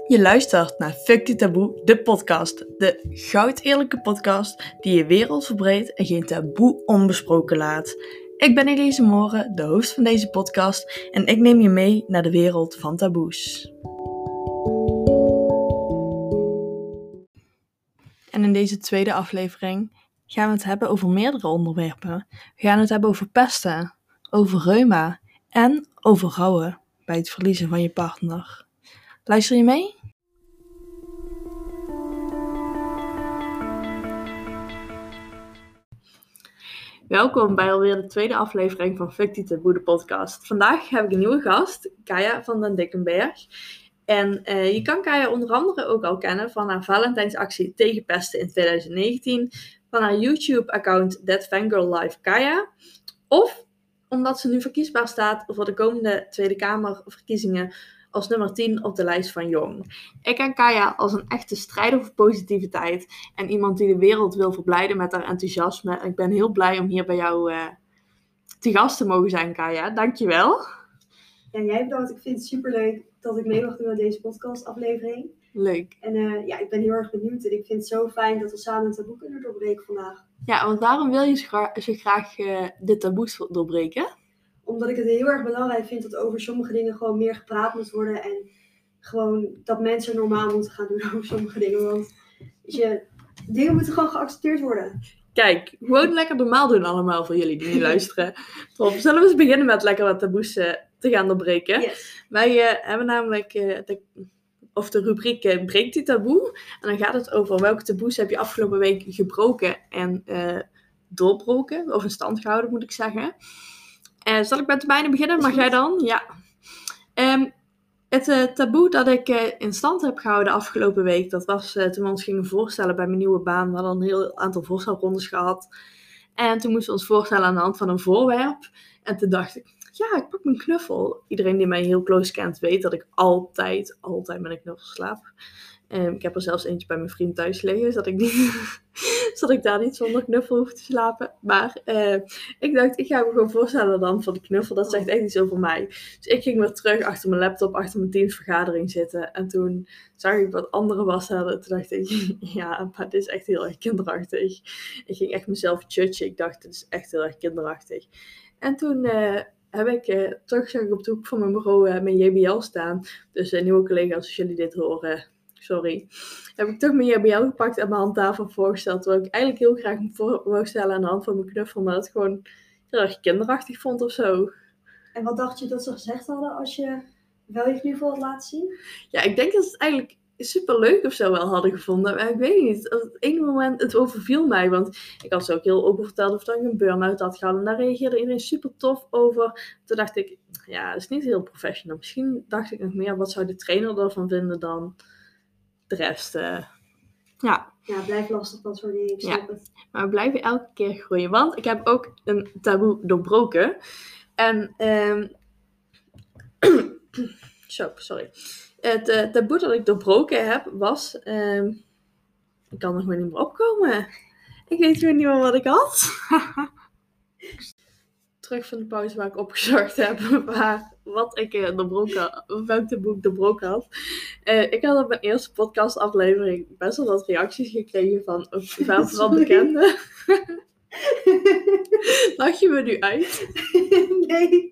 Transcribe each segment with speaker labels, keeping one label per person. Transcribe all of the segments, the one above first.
Speaker 1: Je luistert naar Fuck the Taboe, de podcast. De goud eerlijke podcast die je wereld verbreedt en geen taboe onbesproken laat. Ik ben Elise Moren, de host van deze podcast en ik neem je mee naar de wereld van taboes. En in deze tweede aflevering gaan we het hebben over meerdere onderwerpen. We gaan het hebben over pesten, over reuma en over rouwen bij het verliezen van je partner. Luister je mee? Welkom bij alweer de tweede aflevering van Fuck the Taboe, de podcast. Vandaag heb ik een nieuwe gast, Kaya van den Dickenberg. En je kan Kaya onder andere ook al kennen van haar Valentijnsactie tegen pesten in 2019, van haar YouTube-account That Fangirl Life Kaya, of omdat ze nu verkiesbaar staat voor de komende Tweede Kamerverkiezingen als nummer 10 op de lijst van Jong. Ik ken Kaya als een echte strijder voor positiviteit en iemand die de wereld wil verblijden met haar enthousiasme. En ik ben heel blij om hier bij jou te gast te mogen zijn, Kaya. Dankjewel.
Speaker 2: Ja, jij bedankt. Ik vind het superleuk dat ik mee mag doen aan deze podcastaflevering.
Speaker 1: Leuk.
Speaker 2: En ik ben heel erg benieuwd en ik vind het zo fijn dat we samen een taboe kunnen doorbreken vandaag.
Speaker 1: Ja, want waarom wil je zo graag dit taboes doorbreken?
Speaker 2: Omdat ik het heel erg belangrijk vind dat over sommige dingen gewoon meer gepraat moet worden. En gewoon dat mensen normaal moeten gaan doen over sommige dingen. Want dingen moeten gewoon geaccepteerd worden.
Speaker 1: Kijk, gewoon lekker normaal doen allemaal voor jullie die nu luisteren. Top. Zullen we eens beginnen met lekker wat taboes te gaan doorbreken?
Speaker 2: Yes.
Speaker 1: Wij hebben namelijk de rubriek Breekt die taboe. En dan gaat het over welke taboes heb je afgelopen week gebroken en doorbroken. Of in stand gehouden, moet ik zeggen. Zal ik met de mijne beginnen? Mag jij dan? Ja. Het taboe dat ik in stand heb gehouden afgelopen week, dat was toen we ons gingen voorstellen bij mijn nieuwe baan. We hadden een heel aantal voorstelrondes gehad. En toen moesten we ons voorstellen aan de hand van een voorwerp. En toen dacht ik, ja, ik pak mijn knuffel. Iedereen die mij heel close kent weet dat ik altijd met een knuffel slaap. Ik heb er zelfs eentje bij mijn vriend thuis liggen, zodat ik daar niet zonder knuffel hoef te slapen. Maar ik dacht, ik ga me gewoon voorstellen dan voor de knuffel. Dat zegt echt iets over mij. Dus ik ging weer terug achter mijn laptop, achter mijn teamsvergadering zitten. En toen zag ik wat anderen was hadden. Toen dacht ik, ja, maar dit is echt heel erg kinderachtig. Ik ging echt mezelf judgen. Ik dacht, dit is echt heel erg kinderachtig. En toen heb ik zag ik op de hoek van mijn bureau mijn JBL staan. Dus nieuwe collega's, als jullie dit horen, sorry. Heb ik toch mijn JBL gepakt en mijn handtafel voorgesteld. Terwijl ik eigenlijk heel graag me voorstellen aan de hand van mijn knuffel. Maar dat gewoon heel erg kinderachtig vond of zo.
Speaker 2: En wat dacht je dat ze gezegd hadden als je wel je knuffel had laten zien?
Speaker 1: Ja, ik denk dat ze het eigenlijk super leuk of zo wel hadden gevonden. Maar ik weet niet. Op het ene moment, het overviel mij. Want ik had ze ook heel open verteld of dat ik een burn-out had gehad. En daar reageerde iedereen super tof over. Toen dacht ik, ja, dat is niet heel professional. Misschien dacht ik nog meer, wat zou de trainer ervan vinden dan de rest. Ja,
Speaker 2: het blijft lastig, dat soort dingen. Ik snap het.
Speaker 1: Maar we blijven elke keer groeien. Want ik heb ook een taboe doorbroken. En sorry. Het taboe dat ik doorbroken heb was, ik kan er gewoon niet meer opkomen. Ik weet gewoon niet meer wat ik had. Terug van de pauze waar ik opgezocht heb wat ik welk taboe ik doorbroken had. Ik had op mijn eerste podcastaflevering best wel wat reacties gekregen van ook vooral bekenden. Lach je me nu uit?
Speaker 2: Nee.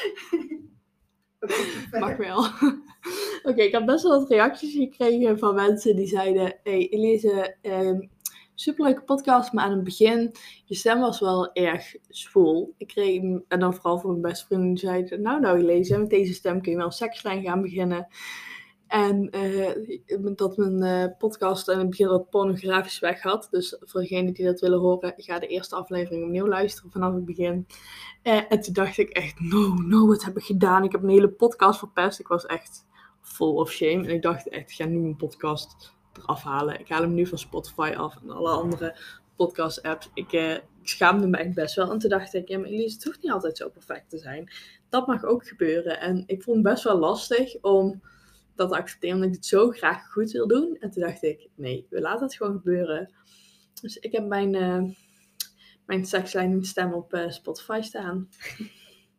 Speaker 1: Mag wel. Oké, ik heb best wel wat reacties gekregen van mensen die zeiden, hey Elise, superleuke podcast, maar aan het begin, je stem was wel erg zwoel. En dan vooral voor mijn beste vrienden die zeiden, nou Elise, met deze stem kun je wel een sekslijn gaan beginnen. En dat mijn podcast in het begin wat pornografisch weg had. Dus voor degenen die dat willen horen, ga de eerste aflevering opnieuw luisteren vanaf het begin. En toen dacht ik echt, no, wat heb ik gedaan? Ik heb een hele podcast verpest. Ik was echt full of shame. En ik dacht echt, ik ga nu mijn podcast eraf halen. Ik haal hem nu van Spotify af en alle andere podcast apps. Ik schaamde me echt best wel. En toen dacht ik, ja, maar Elise, het hoeft niet altijd zo perfect te zijn. Dat mag ook gebeuren. En ik vond het best wel lastig om dat te accepteren, omdat ik het zo graag goed wil doen. En toen dacht ik, nee, we laten het gewoon gebeuren. Dus ik heb mijn sekslijn stem op Spotify staan.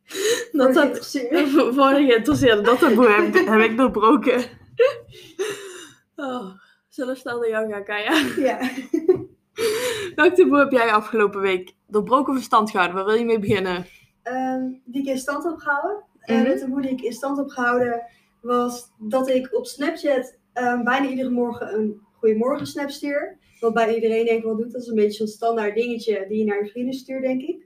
Speaker 2: Voor
Speaker 1: de geïnteresseerden, dat taboe heb ik doorbroken. Oh, zullen we snel naar jou gaan, Kaya?
Speaker 2: Ja.
Speaker 1: Welk taboe heb jij afgelopen week doorbroken verstand gehouden? Waar wil je mee beginnen?
Speaker 2: Die ik in stand heb gehouden.
Speaker 1: Mhm.
Speaker 2: Het taboe die ik in stand heb gehouden was dat ik op Snapchat bijna iedere morgen een goeiemorgen snap stuur. Wat bijna iedereen denk ik wel doet. Dat is een beetje zo'n standaard dingetje die je naar je vrienden stuurt, denk ik.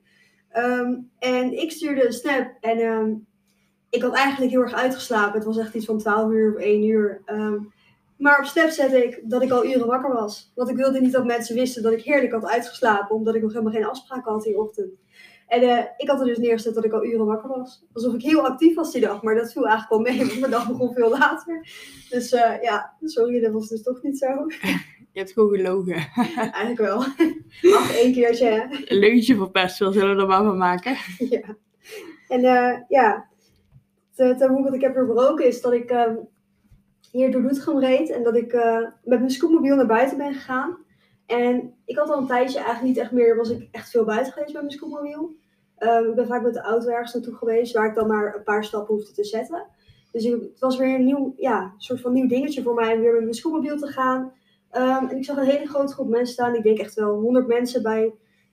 Speaker 2: En ik stuurde een snap en ik had eigenlijk heel erg uitgeslapen. Het was echt iets van 12 uur of 1 uur. Maar op Snap zette ik dat ik al uren wakker was. Want ik wilde niet dat mensen wisten dat ik heerlijk had uitgeslapen. Omdat ik nog helemaal geen afspraken had die ochtend. En ik had er dus neergezet dat ik al uren wakker was. Alsof ik heel actief was die dag. Maar dat viel eigenlijk wel mee. Want mijn dag begon veel later. Dus ja, sorry, dat was dus toch niet zo.
Speaker 1: Je hebt gewoon gelogen.
Speaker 2: Eigenlijk wel. Ach, 1 keertje hè.
Speaker 1: Een leugentje verpest, zullen we er maar van maken.
Speaker 2: Ja. En ja, het taboe wat ik heb doorbroken is dat ik hier door Doetinchem reed. En dat ik met mijn scootmobiel naar buiten ben gegaan. En ik had al een tijdje eigenlijk niet echt meer, was ik echt veel buiten geweest met mijn scootmobiel. Ik ben vaak met de auto ergens naartoe geweest, waar ik dan maar een paar stappen hoefde te zetten. Dus het was weer een nieuw, ja, soort van nieuw dingetje voor mij om weer met mijn scootmobiel te gaan. En ik zag een hele grote groep mensen staan. Ik denk echt wel 100 mensen bij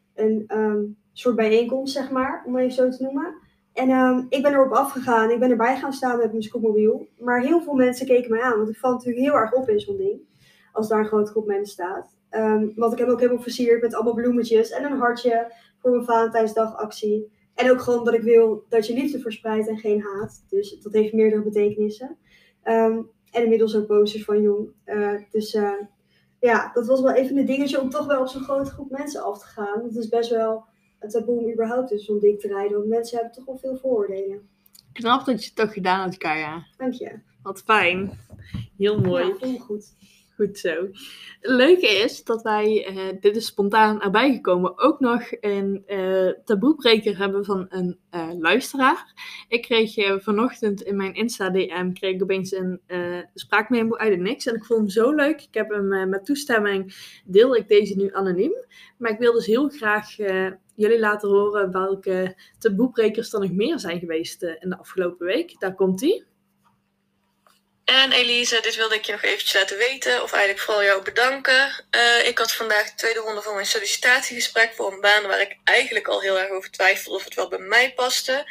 Speaker 2: een soort bijeenkomst, zeg maar, om even zo te noemen. En ik ben erop afgegaan, ik ben erbij gaan staan met mijn scootmobiel. Maar heel veel mensen keken mij aan, want ik val natuurlijk heel erg op in zo'n ding. Als daar een grote groep mensen staat. Want ik heb ook helemaal versierd met allemaal bloemetjes en een hartje voor mijn Valentijnsdagactie. En ook gewoon dat ik wil dat je liefde verspreidt en geen haat. Dus dat heeft meerdere betekenissen. En inmiddels ook posters van Jong. Dus ja, dat was wel even een dingetje om toch wel op zo'n grote groep mensen af te gaan. Het is best wel een taboe om überhaupt dus zo'n ding te rijden. Want mensen hebben toch wel veel vooroordelen.
Speaker 1: Knap dat je het toch gedaan hebt, Kaya.
Speaker 2: Dank je.
Speaker 1: Wat fijn. Heel mooi.
Speaker 2: Ja, voel me goed.
Speaker 1: Goed zo. Het leuke is dat wij, dit is spontaan erbij gekomen, ook nog een taboebreker hebben van een luisteraar. Ik kreeg vanochtend in mijn Insta-DM kreeg ik opeens een spraakmemo uit het niks. En ik vond hem zo leuk. Ik heb hem met toestemming, deel ik deze nu anoniem. Maar ik wil dus heel graag jullie laten horen welke taboebrekers er nog meer zijn geweest in de afgelopen week. Daar komt-ie.
Speaker 3: En Elise, dit wilde ik je nog eventjes laten weten, of eigenlijk vooral jou bedanken. Ik had vandaag de tweede ronde van mijn sollicitatiegesprek voor een baan waar ik eigenlijk al heel erg over twijfelde of het wel bij mij paste.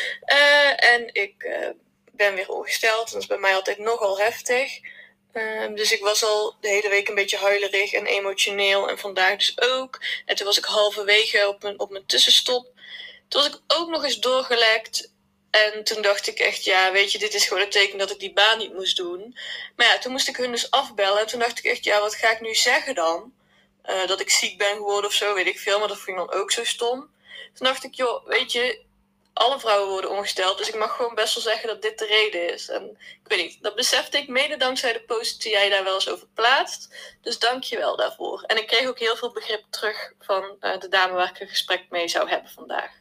Speaker 3: En ik ben weer ongesteld, en dat is bij mij altijd nogal heftig. Dus ik was al de hele week een beetje huilerig en emotioneel en vandaag dus ook. En toen was ik halverwege op mijn tussenstop. Toen was ik ook nog eens doorgelekt. En toen dacht ik echt, ja, weet je, dit is gewoon het teken dat ik die baan niet moest doen. Maar ja, toen moest ik hun dus afbellen. En toen dacht ik echt, ja, wat ga ik nu zeggen dan? Dat ik ziek ben geworden of zo, weet ik veel. Maar dat vond ik dan ook zo stom. Toen dacht ik, joh, weet je, alle vrouwen worden ongesteld. Dus ik mag gewoon best wel zeggen dat dit de reden is. En ik weet niet, dat besefte ik mede dankzij de post die jij daar wel eens over plaatst. Dus dank je wel daarvoor. En ik kreeg ook heel veel begrip terug van de dame waar ik een gesprek mee zou hebben vandaag.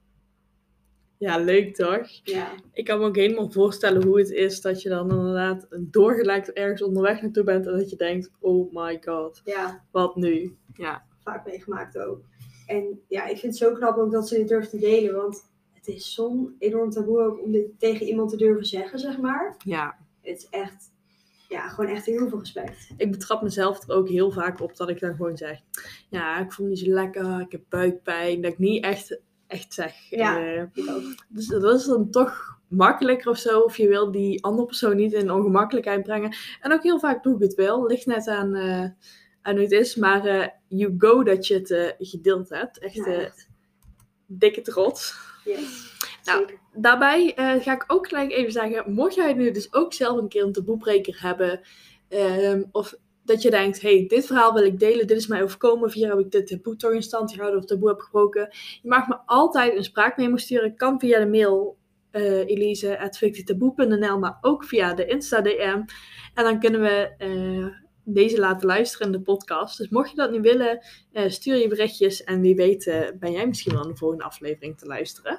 Speaker 1: Ja, leuk toch?
Speaker 2: Ja.
Speaker 1: Ik kan me ook helemaal voorstellen hoe het is dat je dan inderdaad doorgelekt ergens onderweg naartoe bent en dat je denkt, oh my god,
Speaker 2: Ja,
Speaker 1: wat nu? Ja,
Speaker 2: vaak meegemaakt ook. En ja, ik vind het zo knap ook dat ze dit durft te delen. Want het is zo'n enorm taboe ook om dit tegen iemand te durven zeggen, zeg maar.
Speaker 1: ja.
Speaker 2: Het is echt, ja, gewoon echt heel veel respect.
Speaker 1: Ik betrap mezelf er ook heel vaak op dat ik dan gewoon zeg, ja, ik voel me niet zo lekker, ik heb buikpijn. Dat ik niet echt zeg.
Speaker 2: Ja, ik ook.
Speaker 1: Dus dat is dan toch makkelijker of zo. Of je wil die andere persoon niet in ongemakkelijkheid brengen. En ook heel vaak doe ik het wel. Ligt net aan hoe het is. Maar you go dat je het gedeeld hebt. Echt,
Speaker 2: Ja, echt.
Speaker 1: dikke trots.
Speaker 2: Yes,
Speaker 1: Nou,
Speaker 2: zeker.
Speaker 1: Daarbij ga ik ook gelijk even zeggen. Mocht jij nu dus ook zelf een keer een taboebreker hebben. Of dat je denkt, hey, dit verhaal wil ik delen. Dit is mij overkomen. Of hier heb ik dit taboe toch in stand gehouden. Of taboe heb gebroken. Je mag me altijd een spraakmemo sturen. Kan via de mail elise@fictietaboe.nl. Maar ook via de Insta-DM. En dan kunnen we deze laten luisteren in de podcast. Dus mocht je dat nu willen, stuur je berichtjes. En wie weet ben jij misschien wel in de volgende aflevering te luisteren.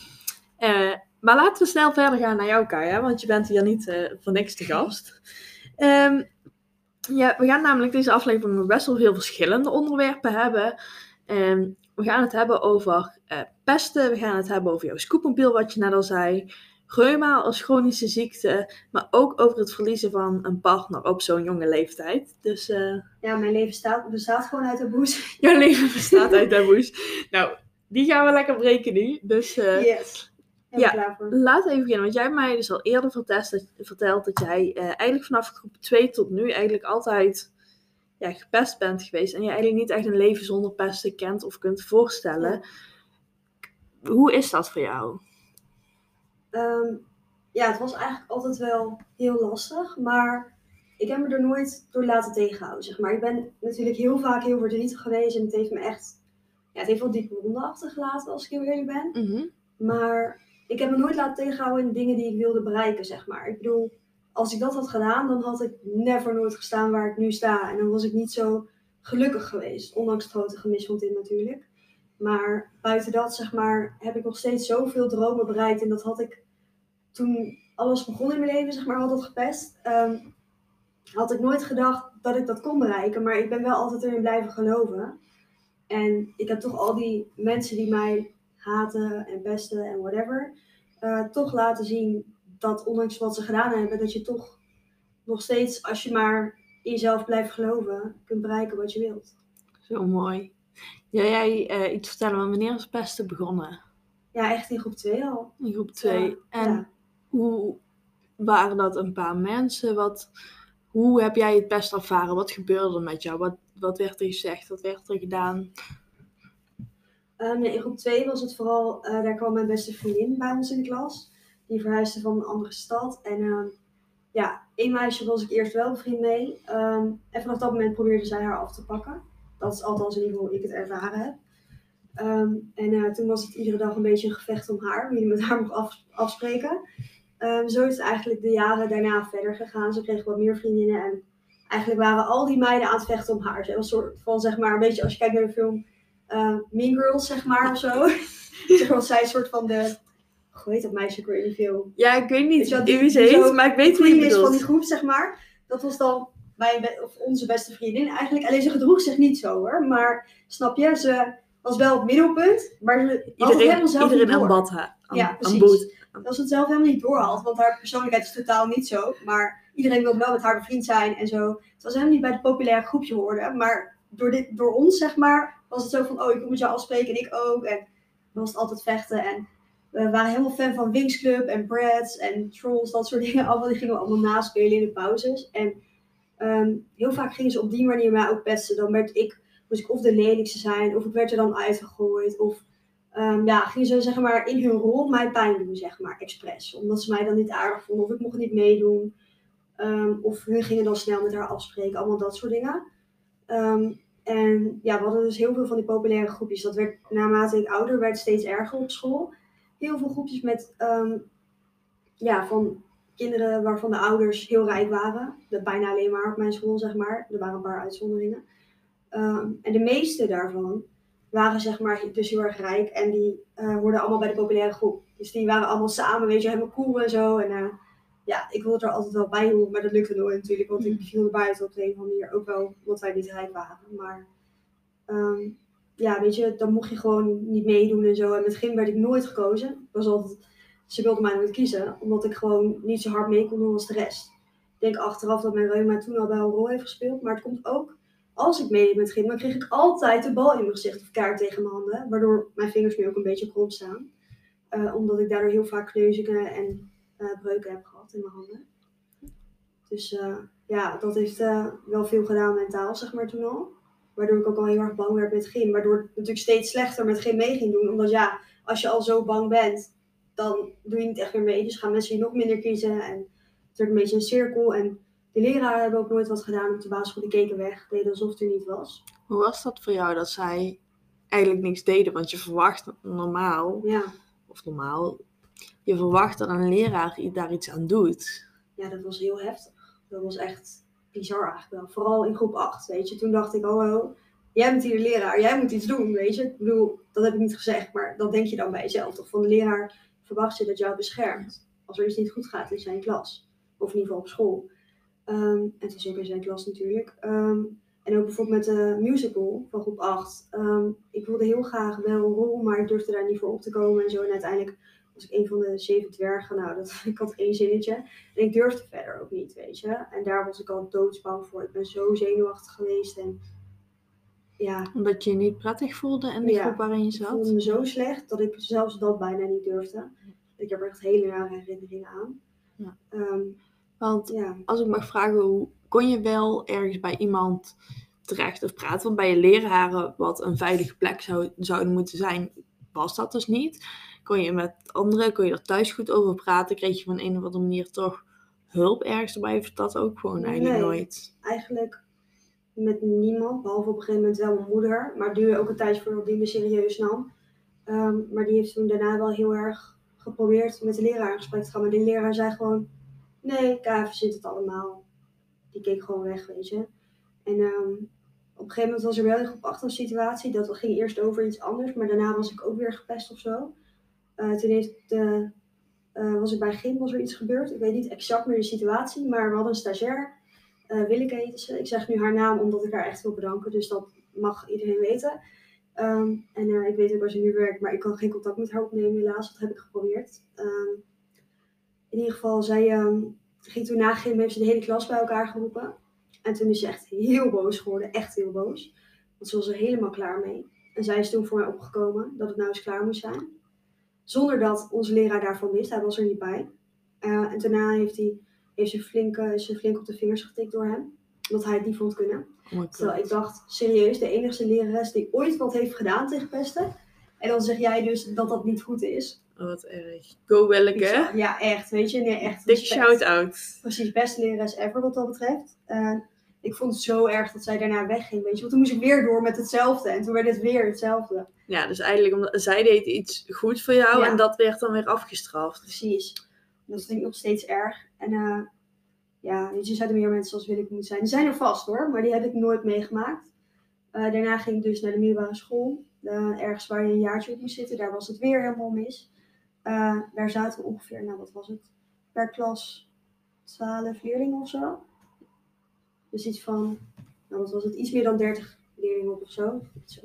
Speaker 1: Maar laten we snel verder gaan naar jou, Kaya. Want je bent hier niet voor niks te gast. Ja, we gaan namelijk deze aflevering best wel veel verschillende onderwerpen hebben. We gaan het hebben over pesten. We gaan het hebben over jouw scootmobiel, wat je net al zei. reuma als chronische ziekte, maar ook over het verliezen van een partner op zo'n jonge leeftijd. Dus
Speaker 2: Ja, mijn leven bestaat gewoon uit taboes.
Speaker 1: jouw leven bestaat uit taboes. Nou, die gaan we lekker breken nu. Dus
Speaker 2: Yes.
Speaker 1: ja,
Speaker 2: Klaar voor.
Speaker 1: laten we even beginnen. Want jij hebt mij dus al eerder verteld dat jij eigenlijk vanaf groep 2 tot nu eigenlijk altijd gepest bent geweest. En je eigenlijk niet echt een leven zonder pesten kent of kunt voorstellen. Ja. Hoe is dat voor jou?
Speaker 2: Het was eigenlijk altijd wel heel lastig. Maar ik heb me er nooit door laten tegenhouden, zeg maar. Ik ben natuurlijk heel vaak heel verdrietig geweest. En het heeft me echt... Ja, het heeft wel diepe wonden achtergelaten, als ik heel eerlijk ben.
Speaker 1: Mm-hmm.
Speaker 2: Maar ik heb me nooit laten tegenhouden in dingen die ik wilde bereiken, zeg maar. Ik bedoel, als ik dat had gedaan, dan had ik nooit gestaan waar ik nu sta. En dan was ik niet zo gelukkig geweest. Ondanks het grote gemis van Tim natuurlijk. Maar buiten dat, zeg maar, heb ik nog steeds zoveel dromen bereikt. En dat had ik toen alles begon in mijn leven, zeg maar, had dat gepest. Had ik nooit gedacht dat ik dat kon bereiken. Maar ik ben wel altijd erin blijven geloven. En ik heb toch al die mensen die mij haten en pesten en whatever, toch laten zien dat ondanks wat ze gedaan hebben, dat je toch nog steeds, als je maar in jezelf blijft geloven, kunt bereiken wat je wilt.
Speaker 1: Zo mooi. Wil jij iets vertellen, want wanneer is pesten begonnen?
Speaker 2: Ja, echt in groep 2 al.
Speaker 1: In groep 2. En hoe waren dat een paar mensen? Hoe heb jij het pest ervaren? Wat gebeurde er met jou? Wat werd er gezegd? Wat werd er gedaan?
Speaker 2: In groep 2 was het vooral, daar kwam mijn beste vriendin bij ons in de klas. Die verhuisde van een andere stad. En één meisje was ik eerst wel bevriend mee. En vanaf dat moment probeerde zij haar af te pakken. Dat is althans in ieder geval hoe ik het ervaren heb. Toen was het iedere dag een beetje een gevecht om haar. Wie met haar mocht afspreken. Zo is het eigenlijk de jaren daarna verder gegaan. Ze kreeg wat meer vriendinnen. En eigenlijk waren al die meiden aan het vechten om haar. Ze was een soort van, zeg maar, een beetje als je kijkt naar de film Mean Girls, zeg maar, of zo. Zeg maar, zij een soort van de... Hoe heet dat meisje ook weer in die film?
Speaker 1: Ja, ik weet niet
Speaker 2: wie ze heet,
Speaker 1: maar ik weet wie je bedoelt.
Speaker 2: Van die groep, zeg maar. Dat was dan onze beste vriendin eigenlijk. Alleen ze gedroeg zich niet zo, hoor. Maar, snap je, ze was wel het middelpunt. Maar ze had het helemaal zelf niet door.
Speaker 1: Iedereen aanbad haar.
Speaker 2: Ja, precies. Dat ze het zelf helemaal niet doorhad. Want haar persoonlijkheid is totaal niet zo. Maar iedereen wilde wel met haar bevriend zijn en zo. Het was helemaal niet bij het populaire groepje horen. Maar door ons, zeg maar, was het zo van... Oh, ik moet met jou afspreken en ik ook. En dan was het altijd vechten. En we waren helemaal fan van Winx Club en Bratz en Trolls. Dat soort dingen allemaal. Die gingen we allemaal naspelen in de pauzes. En heel vaak gingen ze op die manier mij ook pesten. Dan moest ik of de lelijkste zijn. Of ik werd er dan uitgegooid. Of... gingen ze, zeg maar, in hun rol mij pijn doen, zeg maar, expres. Omdat ze mij dan niet aardig vonden, of ik mocht niet meedoen. Of hun gingen dan snel met haar afspreken, allemaal dat soort dingen. We hadden dus heel veel van die populaire groepjes. Dat werd, naarmate ik ouder werd, steeds erger op school. Heel veel groepjes met, van kinderen waarvan de ouders heel rijk waren. Bijna alleen maar op mijn school, zeg maar. Er waren een paar uitzonderingen. En de meeste daarvan waren, zeg maar, dus heel erg rijk en die hoorden allemaal bij de populaire groep. Dus die waren allemaal samen, weet je, helemaal cool en zo. En ik wilde er altijd wel bij horen, maar dat lukte nooit natuurlijk, want ik viel er buiten op de een of andere manier. Ook wel omdat wij niet rijk waren. Maar weet je, dan mocht je gewoon niet meedoen en zo. En met gym werd ik nooit gekozen. Ze wilden mij nooit kiezen, omdat ik gewoon niet zo hard mee kon doen als de rest. Ik denk achteraf dat mijn reuma toen al wel een rol heeft gespeeld, maar het komt ook... Als ik meedeed met gym, dan kreeg ik altijd de bal in mijn gezicht of kaart tegen mijn handen. Waardoor mijn vingers nu ook een beetje krom staan. Omdat ik daardoor heel vaak kneuzingen en breuken heb gehad in mijn handen. Dus dat heeft wel veel gedaan mentaal, zeg maar, toen al. Waardoor ik ook al heel erg bang werd met gym. Waardoor ik natuurlijk steeds slechter met gym mee ging doen. Omdat als je al zo bang bent, dan doe je niet echt meer mee. Dus gaan mensen je nog minder kiezen. En het wordt een beetje een cirkel. En de leraren hebben ook nooit wat gedaan op de basisschool. Die keken weg, deden alsof het er niet was.
Speaker 1: Hoe was dat voor jou dat zij eigenlijk niks deden? Want je verwacht normaal, je verwacht dat een leraar daar iets aan doet.
Speaker 2: Ja, dat was heel heftig. Dat was echt bizar eigenlijk wel. Vooral in groep 8, weet je. Toen dacht ik, oh, jij bent hier de leraar, jij moet iets doen, weet je. Ik bedoel, dat heb ik niet gezegd, maar dat denk je dan bij jezelf. Toch van de leraar verwacht je dat jou beschermt. Als er iets niet goed gaat in zijn klas. Of in ieder geval op school. En het was ook in zijn klas natuurlijk. En ook bijvoorbeeld met de musical van groep 8. Ik wilde heel graag wel een rol, maar ik durfde daar niet voor op te komen en zo. En uiteindelijk was ik een van de 7 dwergen. Nou, ik had 1 zinnetje. En ik durfde verder ook niet, weet je. En daar was ik al doodsbang voor. Ik ben zo zenuwachtig geweest. En ja,
Speaker 1: Omdat je je niet prettig voelde in de
Speaker 2: Ja,
Speaker 1: groep waarin je
Speaker 2: ik voelde
Speaker 1: zat.
Speaker 2: me zo slecht dat ik zelfs dat bijna niet durfde. Ik heb er echt hele nare herinneringen aan.
Speaker 1: Ja.
Speaker 2: Ehm,
Speaker 1: Want
Speaker 2: ja.
Speaker 1: als ik mag vragen, hoe kon je wel ergens bij iemand terecht of praten? Want bij je leraren, wat een veilige plek zouden moeten zijn, was dat dus niet. Kon je met anderen, kon je er thuis goed over praten? Kreeg je van een of andere manier toch hulp ergens erbij? Of dat ook gewoon eigenlijk
Speaker 2: Nee.
Speaker 1: nooit?
Speaker 2: Eigenlijk met niemand, behalve op een gegeven moment wel mijn moeder. Maar het duurde ook een tijdje voordat die me serieus nam. Maar die heeft toen daarna wel heel erg geprobeerd met de leraar in gesprek te gaan. Maar die leraar zei gewoon, nee, KF zit het allemaal. Die keek gewoon weg, weet je. En op een gegeven moment was er wel in groep 8 een situatie. Dat ging eerst over iets anders, maar daarna was ik ook weer gepest of zo. Toen was ik bij gym, was er iets gebeurd. Ik weet niet exact meer de situatie, maar we hadden een stagiair. Willeke heette ze. Ik zeg nu haar naam omdat ik haar echt wil bedanken, dus dat mag iedereen weten. Ik weet ook waar ze nu werkt, maar ik kan geen contact met haar opnemen helaas. Dat heb ik geprobeerd. In ieder geval, zij ging toen na gym, heeft ze de hele klas bij elkaar geroepen. En toen is ze echt heel boos geworden, echt heel boos. Want ze was er helemaal klaar mee. En zij is toen voor mij opgekomen dat het nou eens klaar moest zijn. Zonder dat onze leraar daarvan wist, hij was er niet bij. En daarna heeft ze flink op de vingers getikt door hem. Omdat hij het niet vond kunnen.
Speaker 1: Oh my God.
Speaker 2: Terwijl ik dacht, serieus, de enige lerares die ooit wat heeft gedaan tegen pesten. En dan zeg jij dus dat dat niet goed is.
Speaker 1: Oh, wat erg. Go Willeke.
Speaker 2: Ja, echt, weet je. Nee, echt.
Speaker 1: Dik
Speaker 2: respect.
Speaker 1: shout-out.
Speaker 2: Precies, beste lerares ever wat dat betreft. Ik vond het zo erg dat zij daarna wegging, weet je. Want toen moest ik weer door met hetzelfde. En toen werd het weer hetzelfde.
Speaker 1: Ja, dus eigenlijk omdat zij deed iets goed voor jou
Speaker 2: Ja.
Speaker 1: en dat werd dan weer afgestraft.
Speaker 2: Precies. Dat vind ik nog steeds erg. En weet je, zouden meer mensen zoals Willeke moeten zijn. Die zijn er vast hoor, maar die heb ik nooit meegemaakt. Daarna ging ik dus naar de middelbare school. Ergens waar je een jaartje op moest zitten. Daar was het weer helemaal mis. Daar zaten we ongeveer, nou wat was het? Per klas 12 leerlingen of zo. Dus iets van, nou wat was het? Iets meer dan 30 leerlingen op of zo.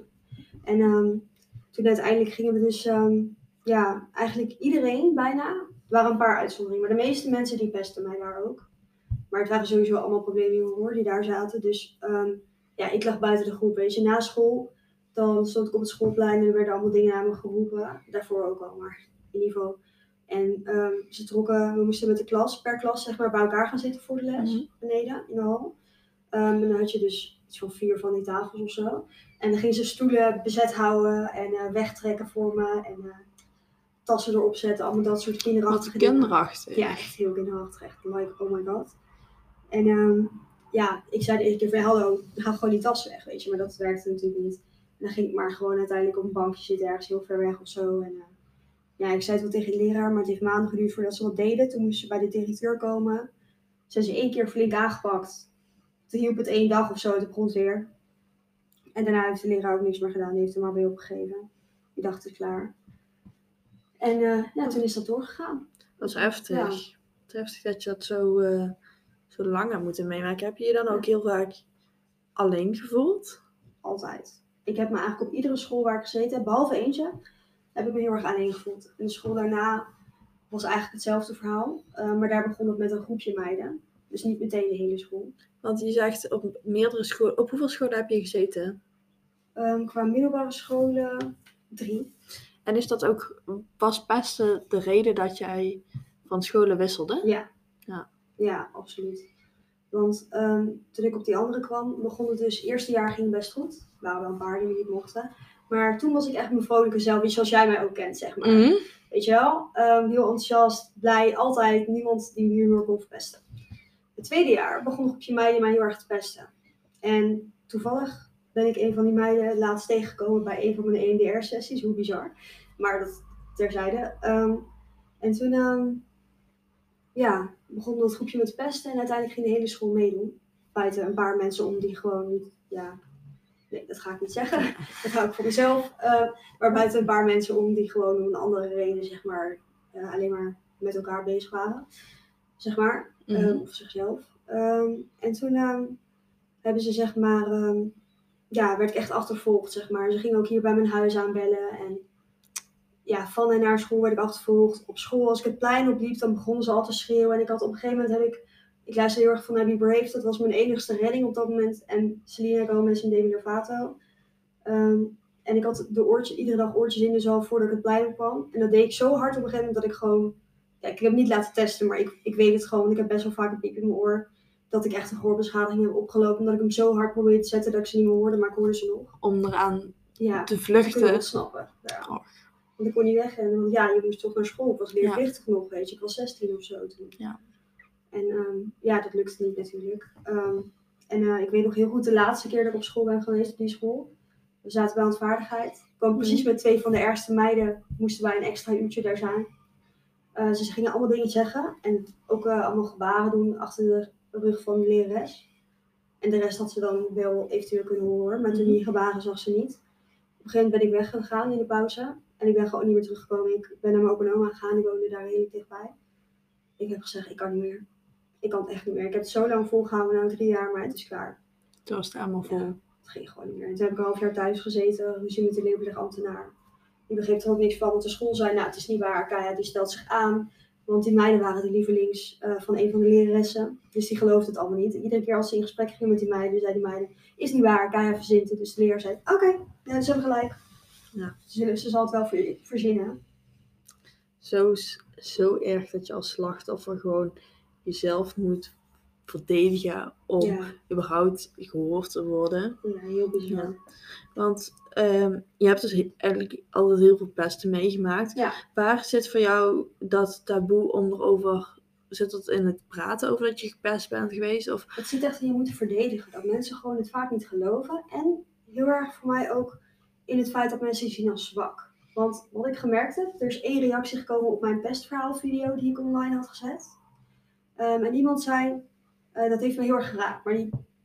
Speaker 2: En toen uiteindelijk gingen we dus, eigenlijk iedereen bijna. Er waren een paar uitzonderingen, maar de meeste mensen die pesten mij daar ook. Maar het waren sowieso allemaal problemen hoor, die daar zaten. Dus ik lag buiten de groep, weet je. Na school, dan stond ik op het schoolplein en er werden allemaal dingen aan me geroepen. Daarvoor ook al, maar in ieder geval. En we moesten met de klas, per klas zeg maar, bij elkaar gaan zitten voor de les, beneden in de hal. En dan had je dus iets van 4 van die tafels of zo. En dan gingen ze stoelen bezet houden en wegtrekken voor me. En tassen erop zetten, allemaal dat soort kinderachtige dingen.
Speaker 1: Kinderachtig.
Speaker 2: Ja, echt heel kinderachtig. Echt like, oh my god. En ik zei de eerste keer van, hallo, ga gewoon die tassen weg, weet je. Maar dat werkte natuurlijk niet. En dan ging ik maar gewoon uiteindelijk op een bankje zitten, ergens heel ver weg of zo. En ik zei het wel tegen de leraar, maar het heeft maanden geduurd voordat ze wat deden. Toen moesten ze bij de directeur komen. Ze hebben ze 1 keer flink aangepakt. Toen hielp het 1 dag of zo, toen begon het weer. En daarna heeft de leraar ook niks meer gedaan. Die heeft er maar weer opgegeven. Die dacht, het is klaar. En toen is dat doorgegaan.
Speaker 1: Dat is heftig.
Speaker 2: Ja.
Speaker 1: Het is heftig dat je dat zo lang hebt moeten meemaken. Heb je je dan ook heel vaak alleen gevoeld?
Speaker 2: Altijd. Ik heb me eigenlijk op iedere school waar ik gezeten heb, behalve eentje, heb ik me heel erg alleen gevoeld. En de school daarna was eigenlijk hetzelfde verhaal. Maar daar begon het met een groepje meiden. Dus niet meteen de hele school.
Speaker 1: Want je zegt op meerdere scholen. Op hoeveel scholen heb je gezeten?
Speaker 2: Qua middelbare scholen 3.
Speaker 1: En is dat ook, was pesten de reden dat jij van scholen wisselde?
Speaker 2: Ja.
Speaker 1: Ja.
Speaker 2: Ja, absoluut. Want toen ik op die andere kwam, begon het dus, eerste jaar ging best goed. Er waren wel een paar die niet mochten. Maar toen was ik echt mijn vrolijke zelf, iets zoals jij mij ook kent, zeg maar.
Speaker 1: Mhm.
Speaker 2: Weet je wel? Heel enthousiast, blij, altijd. Niemand die me humor kon verpesten. Het tweede jaar begon een groepje meiden mij heel erg te pesten. En toevallig ben ik een van die meiden laatst tegengekomen bij een van mijn EMDR-sessies. Hoe bizar. Maar dat terzijde. En toen begon dat groepje met pesten. En uiteindelijk ging de hele school meedoen. Buiten een paar mensen om die gewoon niet... Ja, nee, dat ga ik niet zeggen. Dat ga ik voor mezelf. Maar buiten een paar mensen om die gewoon om een andere reden, zeg maar, alleen maar met elkaar bezig waren. Zeg maar. Of zichzelf. En toen hebben ze, zeg maar, werd ik echt achtervolgd, zeg maar. Ze gingen ook hier bij mijn huis aanbellen. En van en naar school werd ik achtervolgd. Op school, als ik het plein opliep, dan begonnen ze al te schreeuwen. En ik had op een gegeven moment ik luisterde heel erg van Abby Brave. Dat was mijn enigste redding op dat moment. En Selena Gomez en Demi Lovato. En ik had iedere dag oortjes in, dus al voordat ik het plein op kwam. En dat deed ik zo hard op een gegeven moment dat ik gewoon... Ja, ik heb het niet laten testen, maar ik weet het gewoon. Ik heb best wel vaak een piep in mijn oor. Dat ik echt een gehoorbeschadiging heb opgelopen. Omdat ik hem zo hard probeerde te zetten dat ik ze niet meer hoorde, maar ik hoorde ze nog.
Speaker 1: Om eraan te
Speaker 2: Te
Speaker 1: vluchten.
Speaker 2: kunnen ontsnappen. Ja.
Speaker 1: Oh.
Speaker 2: Want ik kon niet wegrennen. Want je moest toch naar school. Ik was leerplichtig nog, weet je. Ik was 16 of zo toen.
Speaker 1: Ja.
Speaker 2: En dat lukte niet natuurlijk. Ik weet nog heel goed de laatste keer dat ik op school ben geweest, op die school. We zaten bij handvaardigheid. Ik kwam precies met 2 van de ergste meiden, moesten wij een extra uurtje daar zijn. Ze gingen allemaal dingen zeggen. En ook allemaal gebaren doen achter de rug van de lerares. En de rest had ze dan wel eventueel kunnen horen. Maar toen die gebaren zag ze niet. Op een gegeven moment ben ik weggegaan in de pauze. En ik ben gewoon niet meer teruggekomen. Ik ben naar mijn opa en oma gegaan. Die woonden daar heel dichtbij. Ik heb gezegd, ik kan niet meer. Ik kan het echt niet meer. Ik heb het zo lang volgehouden, nou 3 jaar, maar het is klaar.
Speaker 1: Toen was het helemaal vol.
Speaker 2: Ja, het ging gewoon niet meer. En toen heb ik een half jaar thuis gezeten, ruzie met de leerplichtige ambtenaar. Die begreep er ook niks van, want de school zei, nou het is niet waar, Kaya die stelt zich aan. Want die meiden waren de lievelings van een van de leraressen. Dus die geloofde het allemaal niet. En iedere keer als ze in gesprek ging met die meiden, zei die meiden, is niet waar, Kaya verzint het. Dus de leraar zei, oké, ze hebben gelijk.
Speaker 1: Ja.
Speaker 2: Ze zal het wel verzinnen.
Speaker 1: Zo erg dat je als slachtoffer gewoon jezelf moet verdedigen om überhaupt gehoord te worden.
Speaker 2: Ja, heel bizar.
Speaker 1: Ja. Want je hebt dus eigenlijk altijd heel veel pesten meegemaakt.
Speaker 2: Ja.
Speaker 1: Waar zit voor jou dat taboe om erover... Zit dat in het praten over dat je gepest bent geweest? Of...
Speaker 2: Het zit echt in je moeten verdedigen. Dat mensen gewoon het vaak niet geloven. En heel erg voor mij ook in het feit dat mensen je zien als zwak. Want wat ik gemerkt heb, er is 1 reactie gekomen op mijn pestverhaalvideo die ik online had gezet. En iemand zei, dat heeft me heel erg geraakt. Maar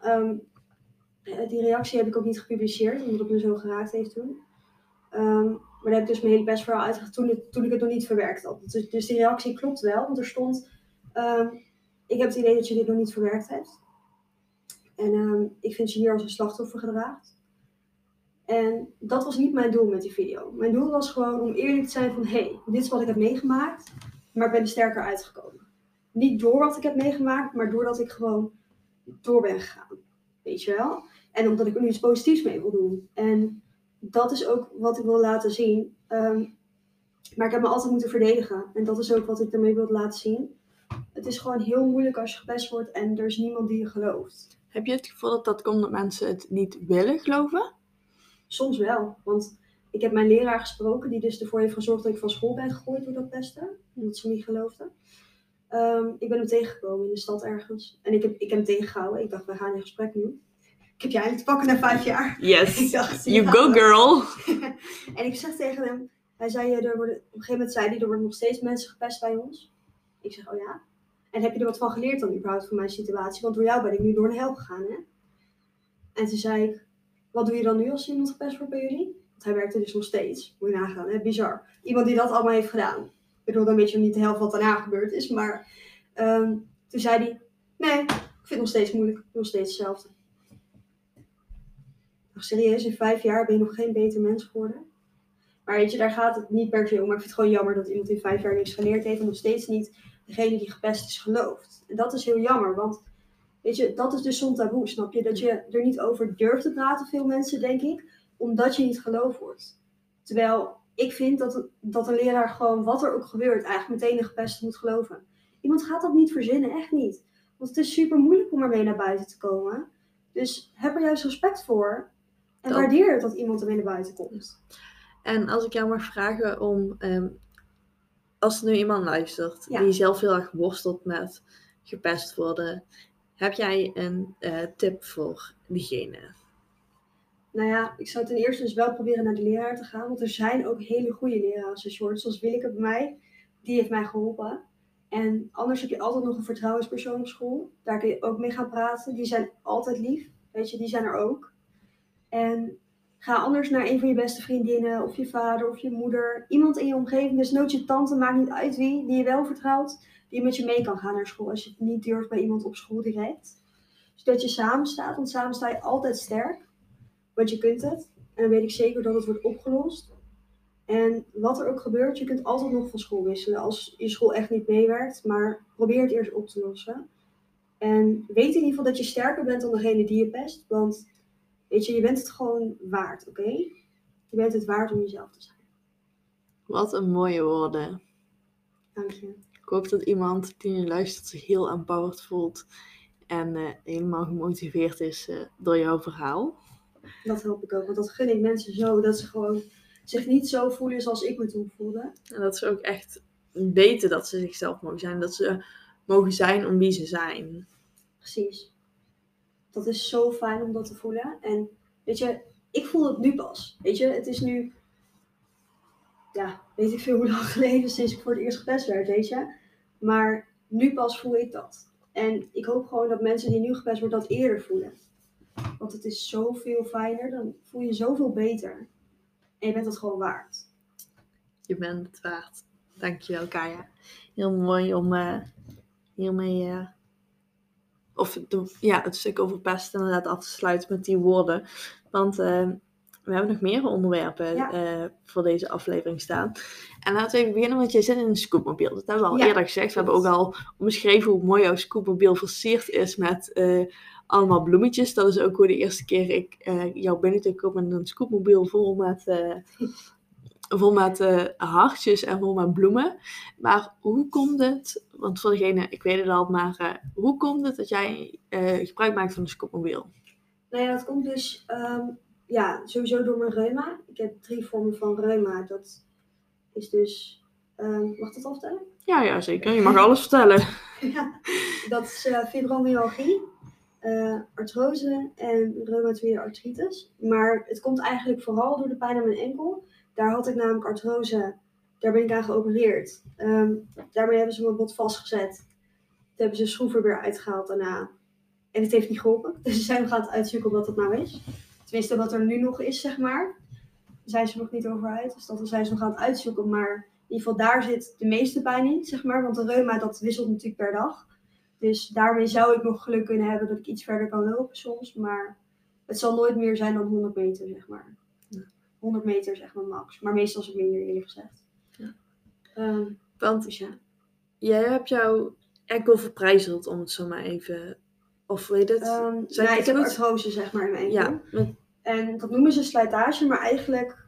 Speaker 2: die reactie heb ik ook niet gepubliceerd, omdat het me zo geraakt heeft toen. Maar daar heb ik dus mijn hele pestverhaal uitgelegd toen ik het nog niet verwerkt had. Dus die reactie klopt wel, want er stond... ik heb het idee dat je dit nog niet verwerkt hebt. En ik vind je hier als een slachtoffer gedraagt. En dat was niet mijn doel met die video. Mijn doel was gewoon om eerlijk te zijn van... dit is wat ik heb meegemaakt, maar ik ben er sterker uitgekomen. Niet door wat ik heb meegemaakt, maar doordat ik gewoon door ben gegaan. Weet je wel? En omdat ik er nu iets positiefs mee wil doen. En dat is ook wat ik wil laten zien. Maar ik heb me altijd moeten verdedigen. En dat is ook wat ik ermee wil laten zien. Het is gewoon heel moeilijk als je gepest wordt en er is niemand die je gelooft.
Speaker 1: Heb je het gevoel dat dat komt dat mensen het niet willen geloven?
Speaker 2: Soms wel, want ik heb mijn leraar gesproken die dus ervoor heeft gezorgd dat ik van school ben gegooid door dat pesten. Omdat ze me niet geloofden. Ik ben hem tegengekomen in de stad ergens. En ik heb hem tegengehouden. Ik dacht, we gaan in gesprek nu. Ik heb je eindelijk te pakken na 5 jaar.
Speaker 1: Yes,
Speaker 2: Ik dacht,
Speaker 1: you go girl.
Speaker 2: En ik zeg tegen hem, hij zei, op een gegeven moment zei hij, er worden nog steeds mensen gepest bij ons. Ik zeg, oh ja. En heb je er wat van geleerd dan überhaupt van mijn situatie? Want door jou ben ik nu door een hel gegaan, hè? En toen zei ik, wat doe je dan nu als iemand gepest wordt bij jullie? Want hij werkte dus nog steeds. Moet je nagaan, hè? Bizar. Iemand die dat allemaal heeft gedaan. Ik bedoel, dan weet je niet de helft wat daarna gebeurd is. Maar toen zei hij, nee, ik vind het nog steeds moeilijk. Nog steeds hetzelfde. Nog serieus, in 5 jaar ben je nog geen beter mens geworden. Maar weet je, daar gaat het niet per se om. Maar ik vind het gewoon jammer dat iemand in 5 jaar niks geleerd heeft. En nog steeds niet degene die gepest is gelooft. En dat is heel jammer, want weet je, dat is dus zo'n taboe, snap je? Dat je er niet over durft te praten, veel mensen, denk ik. Omdat je niet geloofd wordt. Terwijl ik vind dat een leraar gewoon, wat er ook gebeurt, eigenlijk meteen de gepeste moet geloven. Iemand gaat dat niet verzinnen, echt niet. Want het is super moeilijk om ermee naar buiten te komen. Dus heb er juist respect voor. En waardeer het dat iemand ermee naar buiten komt.
Speaker 1: En als ik jou mag vragen om, als er nu iemand luistert die zelf heel erg worstelt met gepest worden, heb jij een tip voor diegene?
Speaker 2: Nou ja, ik zou ten eerste dus wel proberen naar de leraar te gaan. Want er zijn ook hele goede leraren, zoals Willeke bij mij. Die heeft mij geholpen. En anders heb je altijd nog een vertrouwenspersoon op school. Daar kun je ook mee gaan praten. Die zijn altijd lief. Weet je, die zijn er ook. En ga anders naar een van je beste vriendinnen, of je vader, of je moeder. Iemand in je omgeving, dus nooit je tante, maakt niet uit wie, die je wel vertrouwt. Die met je mee kan gaan naar school, als je het niet durft bij iemand op school direct. Zodat je samen staat, want samen sta je altijd sterk. Want je kunt het. En dan weet ik zeker dat het wordt opgelost. En wat er ook gebeurt, je kunt altijd nog van school wisselen als je school echt niet meewerkt. Maar probeer het eerst op te lossen. En weet in ieder geval dat je sterker bent dan degene die je pest. Want weet je bent het gewoon waard, oké? Je bent het waard om jezelf te zijn.
Speaker 1: Wat een mooie woorden.
Speaker 2: Dank je.
Speaker 1: Ik hoop dat iemand die nu luistert zich heel empowered voelt. En helemaal gemotiveerd is door jouw verhaal.
Speaker 2: Dat hoop ik ook. Want dat gun ik mensen zo. Dat ze gewoon zich niet zo voelen zoals ik me toen voelde.
Speaker 1: En dat ze ook echt weten dat ze zichzelf mogen zijn. Dat ze mogen zijn om wie ze zijn.
Speaker 2: Precies. Dat is zo fijn om dat te voelen. En weet je, ik voel het nu pas. Weet je, het is nu... Ja, weet ik veel hoe lang geleden sinds ik voor het eerst gepest werd, weet je. Maar nu pas voel ik dat. En ik hoop gewoon dat mensen die nu gepest worden dat eerder voelen. Want het is zoveel fijner. Dan voel je zoveel beter. En je bent het gewoon waard.
Speaker 1: Je bent het waard. Dankjewel, Kaya. Heel mooi om hiermee... het stuk over pest inderdaad af te sluiten met die woorden. Want we hebben nog meer onderwerpen voor deze aflevering staan. En laten we even beginnen, want jij zit in een scootmobiel. Dat hebben we al eerder gezegd. We hebben ook al omschreven hoe mooi jouw scootmobiel versierd is met allemaal bloemetjes. Dat is ook hoe de eerste keer ik jou binnen te komen in een scootmobiel vol met hartjes en vol met bloemen. Maar hoe komt het, want voor degene, ik weet het al, maar hoe komt het dat jij gebruik maakt van een scootmobiel?
Speaker 2: Nou ja, dat komt dus sowieso door mijn reuma. Ik heb 3 vormen van reuma. Dat is dus, mag dat al vertellen?
Speaker 1: Ja, zeker. Je mag alles vertellen.
Speaker 2: Ja, dat is fibromyalgie, artrose en reumatoïde artritis. Maar het komt eigenlijk vooral door de pijn aan mijn enkel. Daar had ik namelijk artrose, daar ben ik aan geopereerd. Daarmee hebben ze mijn bot vastgezet. Toen hebben ze schroeven weer uitgehaald daarna. En het heeft niet geholpen. Dus ze zijn gaan uitzoeken wat dat nou is. Tenminste, wat er nu nog is, zeg maar. Daar zijn ze nog niet over uit. Dus dat zijn ze nog aan het uitzoeken. Maar in ieder geval, daar zit de meeste pijn in, zeg maar. Want de reuma, dat wisselt natuurlijk per dag. Dus daarmee zou ik nog geluk kunnen hebben dat ik iets verder kan lopen soms. Maar het zal nooit meer zijn dan 100 meter, zeg maar. 100 meter is echt mijn max. Maar meestal is het minder, eerlijk gezegd.
Speaker 1: Ja. Want
Speaker 2: dus ja.
Speaker 1: Jij hebt jouw enkel verbrijzeld, om het zo maar even... Of weet het?
Speaker 2: Ik heb artrose, zeg maar, in mijn enkel.
Speaker 1: Ja.
Speaker 2: En dat noemen ze slijtage, maar eigenlijk...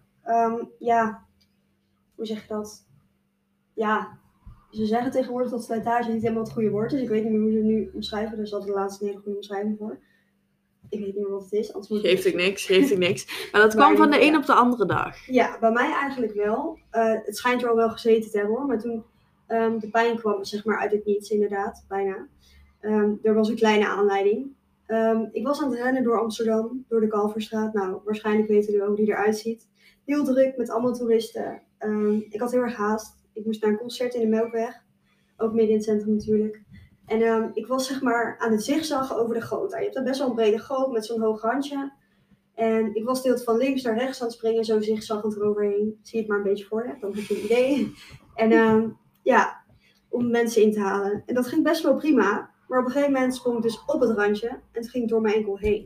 Speaker 2: hoe zeg je dat? Ja, ze zeggen tegenwoordig dat slijtage niet helemaal het goede woord is. Ik weet niet meer hoe ze het nu omschrijven. Daar is altijd de laatste een hele goede omschrijving voor. Ik weet niet meer wat het is.
Speaker 1: Geeft ik niks. Maar dat kwam van de een op de andere dag.
Speaker 2: Ja, bij mij eigenlijk wel. Het schijnt er al wel gezeten te hebben hoor. Maar toen de pijn kwam, zeg maar, uit het niets inderdaad. Bijna. Er was een kleine aanleiding. Ik was aan het rennen door Amsterdam, door de Kalverstraat. Nou, waarschijnlijk weten jullie hoe die eruit ziet. Heel druk met allemaal toeristen. Ik had heel erg haast. Ik moest naar een concert in de Melkweg. Ook midden in het centrum natuurlijk. En ik was zeg maar aan het zigzaggen over de goot. Je hebt daar best wel een brede goot met zo'n hoog randje. En ik was deels van links naar rechts aan het springen, zo zigzaggend eroverheen. Zie je het maar een beetje voor je, dan heb je een idee. En om mensen in te halen. En dat ging best wel prima. Maar op een gegeven moment sprong ik dus op het randje. En het ging door mijn enkel heen.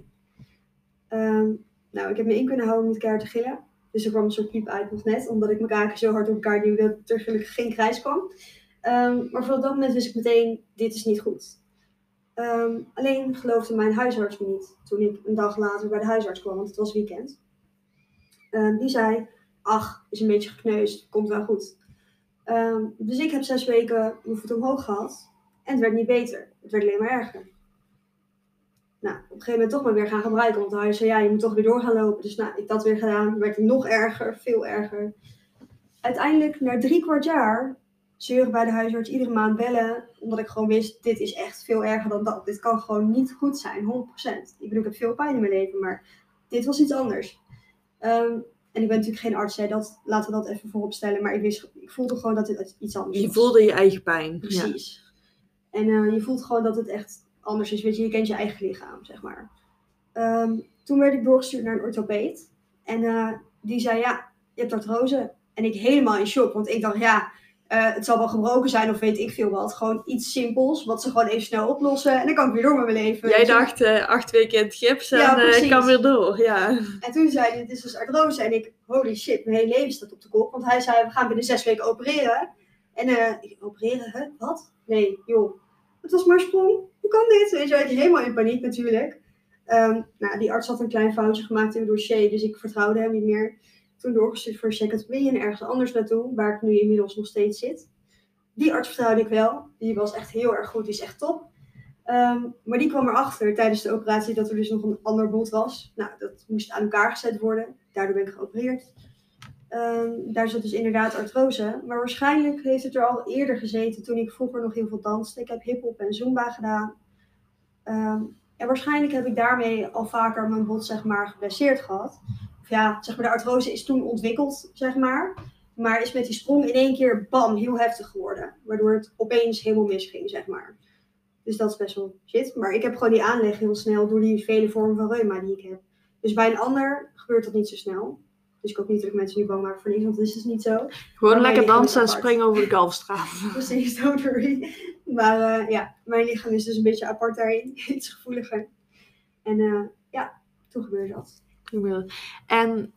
Speaker 2: Ik heb me in kunnen houden om niet keihard te gillen. Dus er kwam een soort piep uit nog net. Omdat ik mijn kaken zo hard op elkaar duwde dat er gelukkig geen krijs kwam. Maar vanaf dat moment wist ik meteen, dit is niet goed. Alleen geloofde mijn huisarts me niet. Toen ik een dag later bij de huisarts kwam, want het was weekend. Die zei, ach, is een beetje gekneusd, komt wel goed. Dus ik heb 6 weken mijn voet omhoog gehad. En het werd niet beter. Het werd alleen maar erger. Nou, op een gegeven moment toch maar weer gaan gebruiken. Want hij zei, je moet toch weer door gaan lopen. Dus ik dat weer gedaan. Werd het nog erger, veel erger. Uiteindelijk, na 3/4 jaar, zeuren bij de huisarts iedere maand bellen. Omdat ik gewoon wist, dit is echt veel erger dan dat. Dit kan gewoon niet goed zijn, 100%. Ik heb veel pijn in mijn leven, maar dit was iets anders. En ik ben natuurlijk geen arts, laten we dat even voorop stellen. Maar ik voelde gewoon dat dit iets anders was.
Speaker 1: Je voelde je eigen pijn.
Speaker 2: Precies. Ja. En je voelt gewoon dat het echt anders is. Weet je kent je eigen lichaam, zeg maar. Toen werd ik doorgestuurd naar een orthopeed. En die zei, je hebt artrose. En ik helemaal in shock. Want ik dacht, het zal wel gebroken zijn of weet ik veel wat. Gewoon iets simpels, wat ze gewoon even snel oplossen. En dan kan ik weer door met mijn leven.
Speaker 1: Jij dacht 8 weken in het gips en ik kan weer door. Ja.
Speaker 2: En toen zei hij, dit is dus artrose. En ik holy shit, mijn hele leven staat op de kop. Want hij zei, we gaan binnen 6 weken opereren. En ik opereren, hè? Wat? Nee, joh. Het was maar sprong. Hoe kan dit? Weet je wel, ik helemaal in paniek natuurlijk. Die arts had een klein foutje gemaakt in het dossier, dus ik vertrouwde hem niet meer. Toen doorgestuurd voor een second opinion ergens anders naartoe, waar ik nu inmiddels nog steeds zit. Die arts vertrouwde ik wel. Die was echt heel erg goed, die is echt top. Maar die kwam erachter tijdens de operatie dat er dus nog een ander bot was. Nou, dat moest aan elkaar gezet worden. Daardoor ben ik geopereerd. Daar zat dus inderdaad artrose. Maar waarschijnlijk heeft het er al eerder gezeten toen ik vroeger nog heel veel danste. Ik heb hiphop en zumba gedaan. En waarschijnlijk heb ik daarmee al vaker mijn bot, zeg maar, geblesseerd gehad. Of ja, zeg maar, de artrose is toen ontwikkeld, zeg maar. Maar is met die sprong in één keer, bam, heel heftig geworden. Waardoor het opeens helemaal misging, zeg maar. Dus dat is best wel shit. Maar ik heb gewoon die aanleg heel snel door die vele vormen van reuma die ik heb. Dus bij een ander gebeurt dat niet zo snel. Dus ik hoop niet dat ik mensen nu bang maak voor niks, want dat is dus niet zo.
Speaker 1: Gewoon lekker dansen en springen over de Kalfstraat.
Speaker 2: Precies, don't worry. Maar mijn lichaam is dus een beetje apart daarin. Iets gevoeliger. En toen gebeurde dat.
Speaker 1: En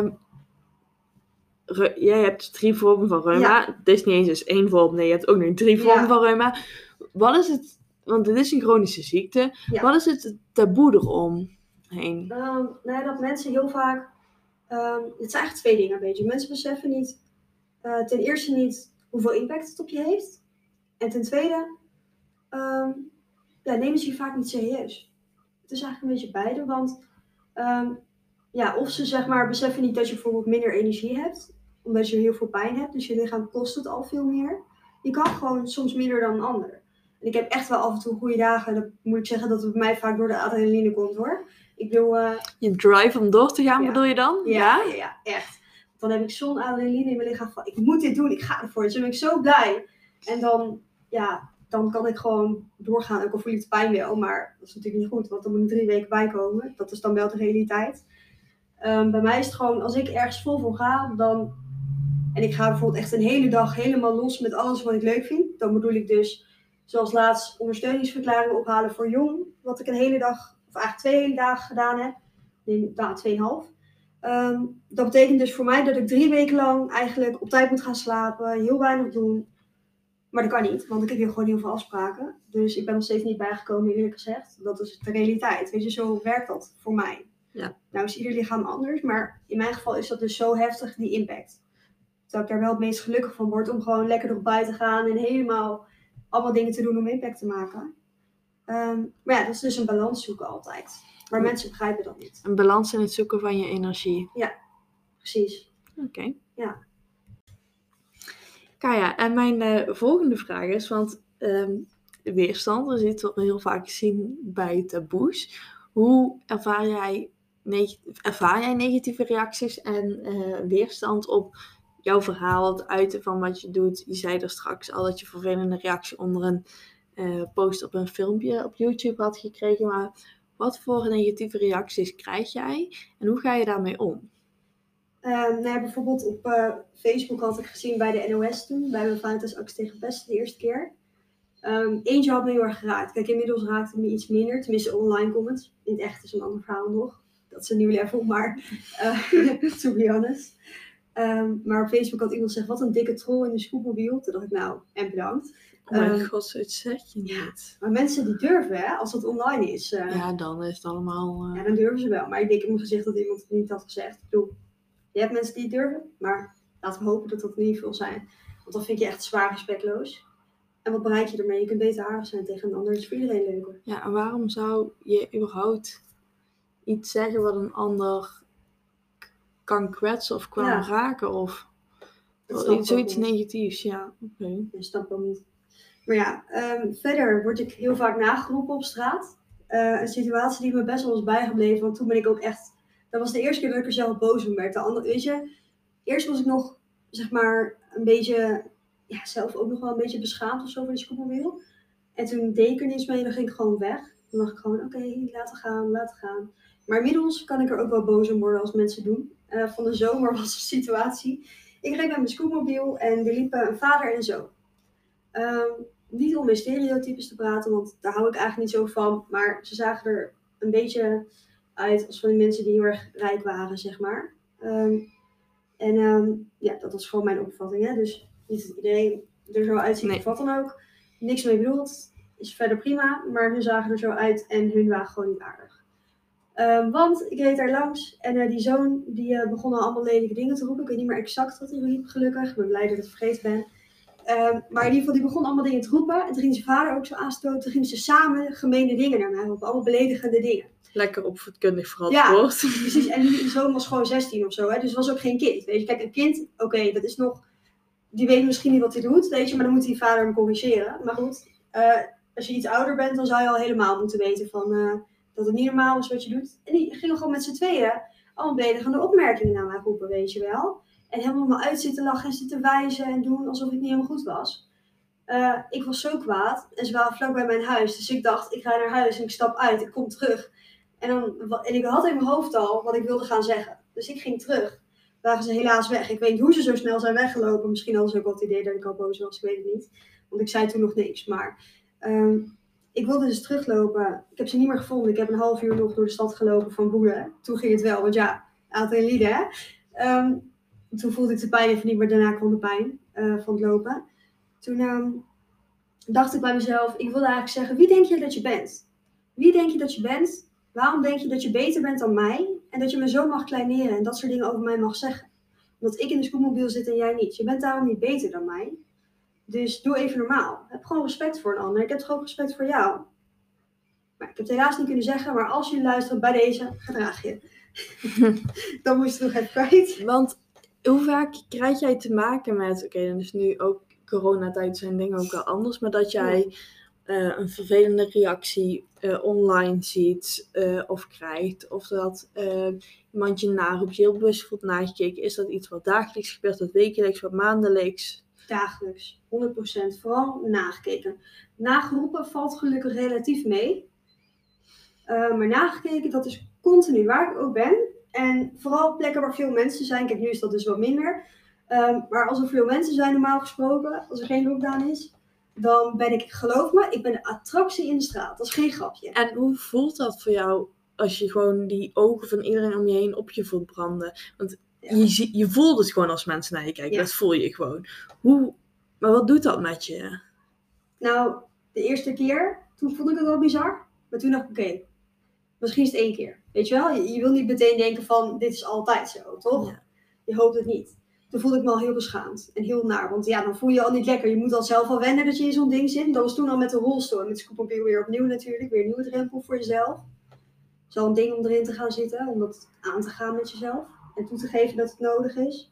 Speaker 1: jij hebt 3 vormen van reuma.
Speaker 2: Ja.
Speaker 1: Het is niet eens dus 1 vorm, nee, je hebt ook nog 3 vormen
Speaker 2: Ja.
Speaker 1: van reuma. Wat is het, want het is een chronische ziekte,
Speaker 2: Ja.
Speaker 1: wat is het taboe eromheen?
Speaker 2: Dat mensen heel vaak... het zijn eigenlijk 2 dingen een beetje. Mensen beseffen niet... ten eerste niet hoeveel impact het op je heeft. En ten tweede... nemen ze je vaak niet serieus. Het is eigenlijk een beetje beide, want... of ze zeg maar beseffen niet dat je bijvoorbeeld minder energie hebt. Omdat je heel veel pijn hebt. Dus je lichaam kost het al veel meer. Je kan gewoon soms minder dan een ander. En ik heb echt wel af en toe goede dagen. Dan moet ik zeggen dat het bij mij vaak door de adrenaline komt hoor. Ik bedoel...
Speaker 1: Je drive om door te gaan,
Speaker 2: Ja.
Speaker 1: bedoel je dan?
Speaker 2: Ja, echt. Dan heb ik zo'n adrenaline in mijn lichaam van ik moet dit doen, ik ga ervoor. Dus dan ben ik zo blij. En dan kan ik gewoon doorgaan. Ook al voel ik de pijn wel, maar dat is natuurlijk niet goed. Want dan moet ik 3 weken bijkomen. Dat is dan wel de realiteit. Bij mij is het gewoon, als ik ergens vol voor ga, dan... En ik ga bijvoorbeeld echt een hele dag helemaal los met alles wat ik leuk vind. Dan bedoel ik dus, zoals laatst, ondersteuningsverklaringen ophalen voor Jong. Wat ik een hele dag, of eigenlijk 2 hele dagen gedaan heb. Nee, 2,5. Dat betekent dus voor mij dat ik 3 weken lang eigenlijk op tijd moet gaan slapen. Heel weinig doen. Maar dat kan niet, want ik heb hier gewoon heel veel afspraken. Dus ik ben nog steeds niet bijgekomen, eerlijk gezegd. Dat is de realiteit. Weet je, zo werkt dat voor mij.
Speaker 1: Ja.
Speaker 2: Nou is ieder lichaam anders, maar in mijn geval is dat dus zo heftig, die impact. Dat ik daar wel het meest gelukkig van word om gewoon lekker erop bij te gaan en helemaal allemaal dingen te doen om impact te maken. Maar dat is dus een balans zoeken altijd. Maar mensen begrijpen dat niet.
Speaker 1: Een balans in het zoeken van je energie.
Speaker 2: Precies.
Speaker 1: Oké.
Speaker 2: Ja.
Speaker 1: Kaya, en mijn volgende vraag is, want weerstand, we zitten heel vaak zien bij taboes. Hoe ervaar jij negatieve reacties en weerstand op jouw verhaal, het uiten van wat je doet? Je zei er straks al dat je vervelende reactie onder een post op een filmpje op YouTube had gekregen, maar wat voor negatieve reacties krijg jij en hoe ga je daarmee om?
Speaker 2: Bijvoorbeeld op Facebook had ik gezien bij de NOS toen, bij mijn Valentijnsactie tegen pesten de eerste keer. Eentje had me heel erg geraakt. Kijk, inmiddels raakte het me iets minder, tenminste online comments. In het echt is een ander verhaal nog. Dat is een nieuw level, maar to be honest. Maar op Facebook had iemand gezegd, wat een dikke troll in de scootmobiel. Toen dacht ik, nou, en bedankt.
Speaker 1: Oh mijn god, zoiets zeg je niet.
Speaker 2: Maar mensen die durven, hè, als dat online is.
Speaker 1: Ja, dan is het allemaal...
Speaker 2: Ja, dan durven ze wel. Maar ik denk in mijn gezicht dat iemand het niet had gezegd. Ik bedoel, je hebt mensen die het durven, maar laten we hopen dat dat niet veel zijn. Want dan vind je echt zwaar respectloos. En wat bereik je ermee? Je kunt beter aardig zijn tegen een ander. Dat is voor iedereen leuker.
Speaker 1: Ja, en waarom zou je überhaupt iets zeggen wat een ander kan kwetsen of kan raken? Of zoiets negatiefs, ja. Oké.
Speaker 2: Dat snap ik wel niet. Maar ja, verder word ik heel vaak nageroepen op straat. Een situatie die me best wel is bijgebleven. Want toen ben ik ook echt... Dat was de eerste keer dat ik er zelf boos om werd. De andere, weet je, eerst was ik nog, zeg maar, een beetje... Ja, zelf ook nog wel een beetje beschaamd of zo voor die scootmobiel. En toen deed ik er niets mee, dan ging ik gewoon weg. Dan dacht ik gewoon, oké, laten gaan. Maar inmiddels kan ik er ook wel boos om worden als mensen doen. Van de zomer was de situatie. Ik reed met mijn scootmobiel en er liepen een vader en een zoon. Niet om in stereotypes te praten, want daar hou ik eigenlijk niet zo van. Maar ze zagen er een beetje uit als van die mensen die heel erg rijk waren, zeg maar. En dat was gewoon mijn opvatting. Hè? Dus niet dat iedereen er zo uitziet of wat dan ook. Niks mee bedoeld. Is verder prima. Maar hun zagen er zo uit en hun waren gewoon niet aardig. Want ik reed daar langs en die zoon die begon al allemaal lelijke dingen te roepen. Ik weet niet meer exact wat hij riep, gelukkig. Ik ben blij dat ik het vergeten ben. Maar in ieder geval, die begon allemaal dingen te roepen. En toen ging zijn vader ook zo aanstoten. Toen gingen ze samen gemene dingen naar mij roepen. Allemaal beledigende dingen.
Speaker 1: Lekker opvoedkundig verantwoord.
Speaker 2: Ja, precies. En die zoon was gewoon 16 of zo. Hè? Dus was ook geen kind. Weet je, kijk, een kind, oké, dat is nog... Die weet misschien niet wat hij doet, weet je. Maar dan moet die vader hem corrigeren. Maar goed, als je iets ouder bent, dan zou je al helemaal moeten weten van... dat het niet normaal is wat je doet. En die gingen gewoon met z'n tweeën allemaal beledigende opmerkingen naar mij roepen, weet je wel. En helemaal maar uit zitten lachen en zitten wijzen en doen alsof het niet helemaal goed was. Ik was zo kwaad en ze waren vlak bij mijn huis. Dus ik dacht, ik ga naar huis en ik stap uit, ik kom terug. En ik had in mijn hoofd al wat ik wilde gaan zeggen. Dus ik ging terug. Waren ze helaas weg. Ik weet niet hoe ze zo snel zijn weggelopen. Misschien hadden ze ook wel het idee dat ik al boos was, ik weet het niet. Want ik zei toen nog niks, maar... ik wilde dus teruglopen. Ik heb ze niet meer gevonden. Ik heb een half uur nog door de stad gelopen van woede. Toen ging het wel, want ja, adrenaline hè. Toen voelde ik de pijn even niet, maar daarna kwam de pijn van het lopen. Toen dacht ik bij mezelf, ik wilde eigenlijk zeggen, wie denk je dat je bent? Wie denk je dat je bent? Waarom denk je dat je beter bent dan mij? En dat je me zo mag kleineren en dat soort dingen over mij mag zeggen? Omdat ik in de scootmobiel zit en jij niet. Je bent daarom niet beter dan mij. Dus doe even normaal. Heb gewoon respect voor een ander. Ik heb toch ook respect voor jou. Maar ik heb het helaas niet kunnen zeggen. Maar als je luistert bij deze, gedraag je. Dan moest je het nog even kwijt.
Speaker 1: Want hoe vaak krijg jij te maken met... Oké, dan is nu ook coronatijd zijn dingen ook wel anders. Maar dat jij een vervelende reactie online ziet of krijgt. Of dat iemand je naroept, je heel bewust voelt nagekeken. Is dat iets wat dagelijks gebeurt, wat wekelijks, wat maandelijks?
Speaker 2: Dagelijks, 100%. Vooral nagekeken. Nageroepen valt gelukkig relatief mee. Maar nagekeken, dat is continu waar ik ook ben. En vooral plekken waar veel mensen zijn. Kijk, nu is dat dus wat minder. Maar als er veel mensen zijn normaal gesproken, als er geen lockdown is, dan ben ik, geloof me, ik ben een attractie in de straat. Dat is geen grapje.
Speaker 1: En hoe voelt dat voor jou als je gewoon die ogen van iedereen om je heen op je voelt branden? Want je voelt het gewoon als mensen naar je kijken. Dat voel je gewoon. Maar wat doet dat met je?
Speaker 2: Nou, de eerste keer, toen vond ik het wel bizar. Maar toen dacht ik, oké, misschien is het 1 keer. Weet je wel? Je wil niet meteen denken van, dit is altijd zo, toch?
Speaker 1: Ja.
Speaker 2: Je hoopt het niet. Toen voelde ik me al heel beschaamd en heel naar. Want ja, dan voel je je al niet lekker. Je moet al zelf al wennen dat je in zo'n ding zit. Dat was toen al met de rolstoel. En met scootmobiel weer opnieuw natuurlijk. Weer een nieuwe drempel voor jezelf. Zo'n ding om erin te gaan zitten. Om dat aan te gaan met jezelf. En toe te geven dat het nodig is.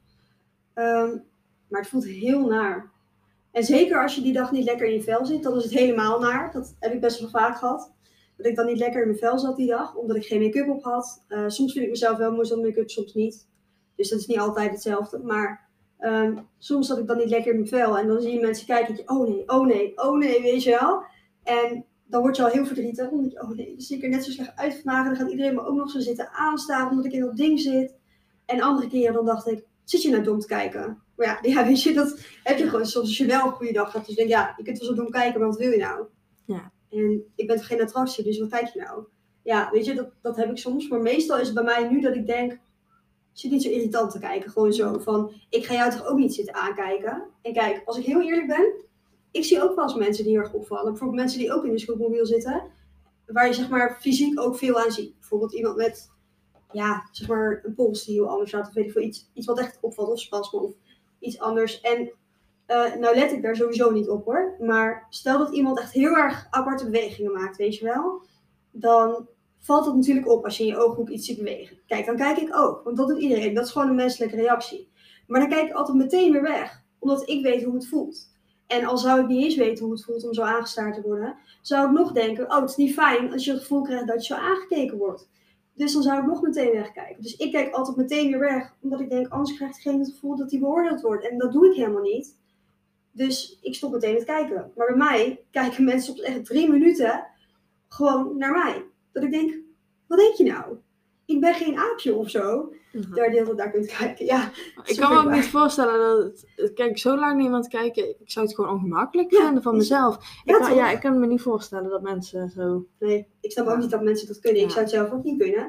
Speaker 2: Maar het voelt heel naar. En zeker als je die dag niet lekker in je vel zit. Dan is het helemaal naar. Dat heb ik best wel vaak gehad. Dat ik dan niet lekker in mijn vel zat die dag. Omdat ik geen make-up op had. Soms vind ik mezelf wel mooi zonder make-up, soms niet. Dus dat is niet altijd hetzelfde. Maar soms zat ik dan niet lekker in mijn vel. En dan zie je mensen kijken. Oh nee, weet je wel. En dan word je al heel verdrietig. Omdat je, oh nee, dan zie ik er net zo slecht uit vandaag. En dan gaat iedereen me ook nog zo zitten aanstaan. Omdat ik in dat ding zit. En andere keren dan dacht ik, zit je nou dom te kijken? Maar ja, weet je, dat heb je gewoon soms als je wel een goede dag hebt. Dus denk je kunt wel zo dom kijken, maar wat wil je nou?
Speaker 1: Ja.
Speaker 2: En ik ben toch geen attractie, dus wat kijk je nou? Ja, weet je, dat heb ik soms. Maar meestal is het bij mij nu dat ik denk, zit niet zo irritant te kijken. Gewoon zo van, ik ga jou toch ook niet zitten aankijken. En kijk, als ik heel eerlijk ben, ik zie ook wel eens mensen die heel erg opvallen. Bijvoorbeeld mensen die ook in de scootmobiel zitten. Waar je zeg maar fysiek ook veel aan ziet. Bijvoorbeeld iemand met, zeg maar een pols die heel anders staat. Of weet ik veel, iets wat echt opvalt. Of spasme of iets anders. En nou let ik daar sowieso niet op hoor. Maar stel dat iemand echt heel erg aparte bewegingen maakt, weet je wel. Dan valt het natuurlijk op als je in je ooghoek iets ziet bewegen. Kijk, dan kijk ik ook. Want dat doet iedereen. Dat is gewoon een menselijke reactie. Maar dan kijk ik altijd meteen weer weg. Omdat ik weet hoe het voelt. En al zou ik niet eens weten hoe het voelt om zo aangestaard te worden. Zou ik nog denken, het is niet fijn als je het gevoel krijgt dat je zo aangekeken wordt. Dus dan zou ik nog meteen wegkijken. Dus ik kijk altijd meteen weer weg. Omdat ik denk, anders krijgt diegene het gevoel dat hij beoordeeld wordt. En dat doe ik helemaal niet. Dus ik stop meteen met kijken. Maar bij mij kijken mensen soms echt 3 minuten gewoon naar mij. Dat ik denk, wat denk je nou? Ik ben geen aapje of zo.
Speaker 1: Mhm.
Speaker 2: Daar de hele tijd naar kunt kijken. Ja,
Speaker 1: ik kan me ook niet voorstellen dat kijk, zo lang naar iemand kijken, ik zou het gewoon ongemakkelijk vinden van mezelf. Ik kan me niet voorstellen dat mensen zo...
Speaker 2: Nee, ik snap ook niet dat mensen dat kunnen. Ik zou het zelf ook niet kunnen.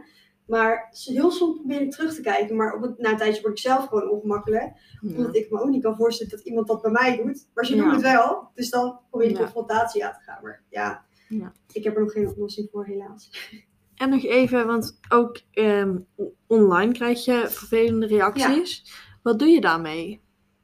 Speaker 2: Maar heel soms probeer ik terug te kijken. Maar na een tijdje word ik zelf gewoon ongemakkelijk.
Speaker 1: Ja.
Speaker 2: Omdat ik me ook niet kan voorstellen dat iemand dat bij mij doet. Maar ze
Speaker 1: Ja.
Speaker 2: doen het wel. Dus dan probeer ik
Speaker 1: Ja.
Speaker 2: confrontatie aan te gaan. Maar ja, ik heb er nog geen oplossing voor helaas.
Speaker 1: En nog even, want ook online krijg je vervelende reacties. Wat doe je daarmee?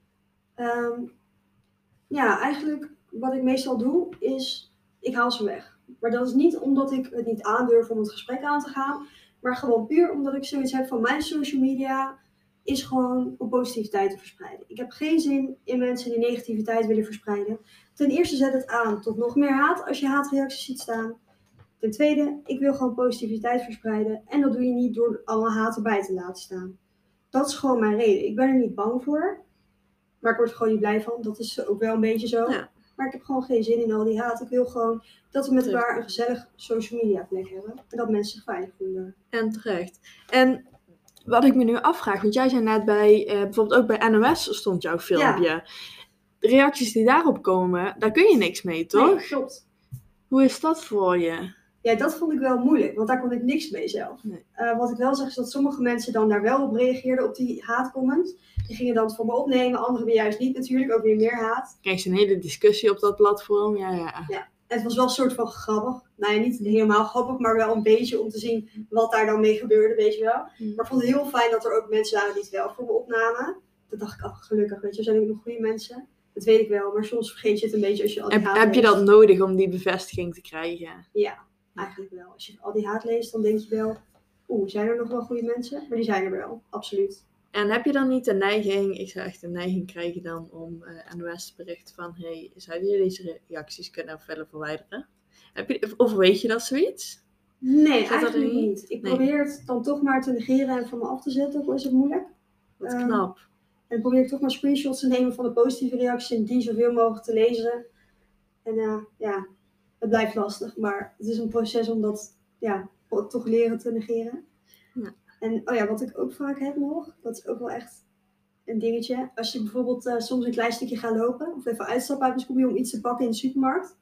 Speaker 2: Ja, eigenlijk wat ik meestal doe is, ik haal ze weg. Maar dat is niet omdat ik het niet aandurf om het gesprek aan te gaan. Maar gewoon puur omdat ik zoiets heb van mijn social media is gewoon om positiviteit te verspreiden. Ik heb geen zin in mensen die negativiteit willen verspreiden. Ten eerste zet het aan tot nog meer haat als je haatreacties ziet staan. Ten tweede, ik wil gewoon positiviteit verspreiden. En dat doe je niet door allemaal haat erbij te laten staan. Dat is gewoon mijn reden. Ik ben er niet bang voor. Maar ik word er gewoon niet blij van. Dat is ook wel een beetje zo.
Speaker 1: Ja.
Speaker 2: Maar ik heb gewoon geen zin in al die haat. Ik wil gewoon dat we met elkaar een gezellig social media plek hebben. En dat mensen zich veilig voelen.
Speaker 1: En terecht. En wat ik me nu afvraag, want jij zei net bij, bijvoorbeeld ook bij NOS stond jouw filmpje.
Speaker 2: Ja.
Speaker 1: De reacties die daarop komen, daar kun je niks mee, toch?
Speaker 2: Nee, klopt.
Speaker 1: Hoe is dat voor je?
Speaker 2: Ja, dat vond ik wel moeilijk. Want daar kon ik niks mee zelf.
Speaker 1: Nee.
Speaker 2: Wat ik wel zeg is dat sommige mensen dan daar wel op reageerden. Op die haatcomments. Die gingen dan het voor me opnemen. Anderen weer juist niet natuurlijk. Ook weer meer haat.
Speaker 1: Krijg je een hele discussie op dat platform? Ja.
Speaker 2: Het was wel een soort van grappig. Nou ja, niet helemaal grappig, maar wel een beetje om te zien wat daar dan mee gebeurde, weet je wel. Maar ik vond het heel fijn dat er ook mensen waren die het wel voor me opnamen. Dat dacht ik, gelukkig, weet je, er zijn ook nog goede mensen. Dat weet ik wel, maar soms vergeet je het een beetje als je al die haat
Speaker 1: Heb je
Speaker 2: leest.
Speaker 1: dat nodig om die bevestiging te krijgen?
Speaker 2: Ja, eigenlijk wel. Als je al die haat leest, dan denk je wel, zijn er nog wel goede mensen? Maar die zijn er wel, absoluut.
Speaker 1: En heb je dan niet de neiging, ik zou echt de neiging krijgen dan om NOS te berichten van, hey, zou je deze reacties kunnen verder verwijderen? Overweeg je dat zoiets?
Speaker 2: Nee,
Speaker 1: Zit dat
Speaker 2: eigenlijk
Speaker 1: er niet?
Speaker 2: niet. Ik
Speaker 1: Nee.
Speaker 2: probeer het dan toch maar te negeren en van me af te zetten, ook al is het moeilijk.
Speaker 1: Wat knap.
Speaker 2: En dan probeer ik toch maar screenshots te nemen van de positieve reacties en die zoveel mogelijk te lezen. En het blijft lastig, maar het is een proces om dat toch leren te negeren.
Speaker 1: Ja.
Speaker 2: En wat ik ook vaak heb nog, dat is ook wel echt een dingetje. Als je bijvoorbeeld soms een klein stukje gaat lopen of even uitstappen uit mijn scoobie om iets te pakken in de supermarkt,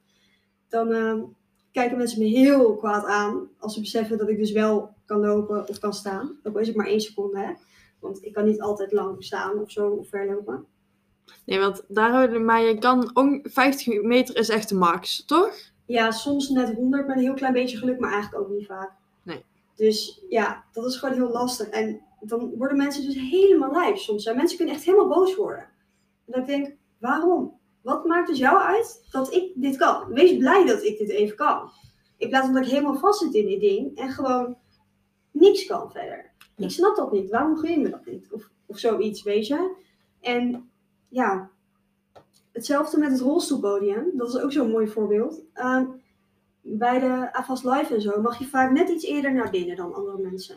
Speaker 2: dan kijken mensen me heel kwaad aan als ze beseffen dat ik dus wel kan lopen of kan staan. Ook al is het maar 1 seconde, hè. Want ik kan niet altijd lang staan of zo of ver lopen.
Speaker 1: Nee, want maar je kan 50 meter is echt de max, toch?
Speaker 2: Ja, soms net 100 met een heel klein beetje geluk, maar eigenlijk ook niet vaak.
Speaker 1: Nee.
Speaker 2: Dus ja, dat is gewoon heel lastig. En dan worden mensen dus helemaal lijf soms. En mensen kunnen echt helemaal boos worden. En dan denk ik, waarom? Wat maakt dus jou uit dat ik dit kan? Wees blij dat ik dit even kan. In plaats van dat ik helemaal vast zit in dit ding en gewoon niks kan verder.
Speaker 1: Ja.
Speaker 2: Ik snap dat niet. Waarom gun je me dat niet? Of zoiets, weet je? En ja, hetzelfde met het rolstoelpodium. Dat is ook zo'n mooi voorbeeld. Bij de AFAS Live en zo mag je vaak net iets eerder naar binnen dan andere mensen.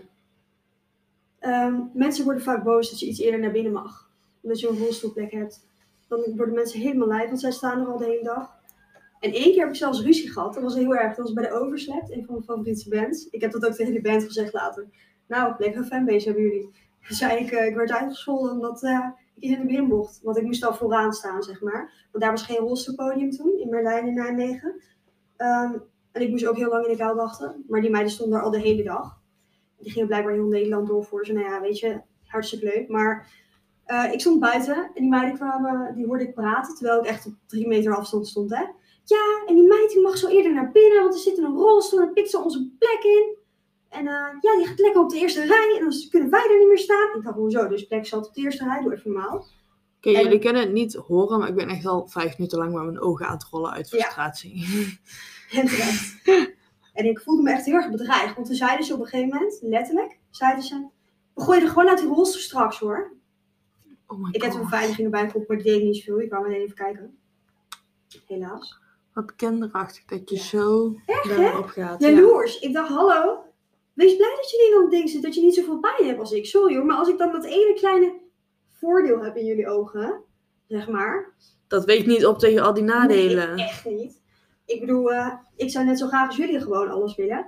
Speaker 2: Mensen worden vaak boos dat je iets eerder naar binnen mag. Omdat je een rolstoelplek hebt. Dan worden mensen helemaal lijf, want zij staan er al de hele dag. En 1 keer heb ik zelfs ruzie gehad. Dat was heel erg. Dat was bij de Overslept, een van mijn favoriete bands. Ik heb dat ook tegen de band gezegd later. Nou, lekkere fanbase hebben jullie. Toen zei ik werd uitgescholden omdat ik niet naar binnen mocht. Want ik moest al vooraan staan, zeg maar. Want daar was geen rolstoelpodium toen, in Merlijn in Nijmegen. En ik moest ook heel lang in de kou wachten. Maar die meiden stonden er al de hele dag. Die gingen blijkbaar heel Nederland door voor ze. Nou ja, weet je, hartstikke leuk. Maar ik stond buiten en die meiden kwamen, die hoorde ik praten. Terwijl ik echt op 3 meter afstand stond, hè. Ja, en die meid die mag zo eerder naar binnen, want er zit in een rolstoel en pikt ze onze plek in. En die gaat lekker op de eerste rij en dan kunnen wij er niet meer staan. Ik dacht, hoezo? Dus plek zat op de eerste rij, doe even normaal.
Speaker 1: Oké, jullie kunnen het niet horen, maar ik ben echt al 5 minuten lang met mijn ogen aan het rollen uit frustratie.
Speaker 2: Ja. En terecht. En ik voelde me echt heel erg bedreigd, want toen zeiden ze op een gegeven moment, letterlijk, zeiden ze, we gooien er gewoon uit die rolstoel straks hoor.
Speaker 1: Oh my
Speaker 2: Ik heb
Speaker 1: god.
Speaker 2: een beveiliging erbij geroepen, maar die deed niet zoveel. Ik wou meteen even kijken. Helaas.
Speaker 1: Wat kinderachtig dat je zo daarop gaat.
Speaker 2: Jaloers. Ik dacht, hallo. Wees blij dat je niet aan het ding zit. Dat je niet zoveel pijn hebt als ik. Sorry hoor. Maar als ik dan dat ene kleine voordeel heb in jullie ogen. Zeg maar.
Speaker 1: Dat weegt niet op tegen al die nadelen.
Speaker 2: Nee, echt niet. Ik bedoel, ik zou net zo graag als jullie gewoon alles willen.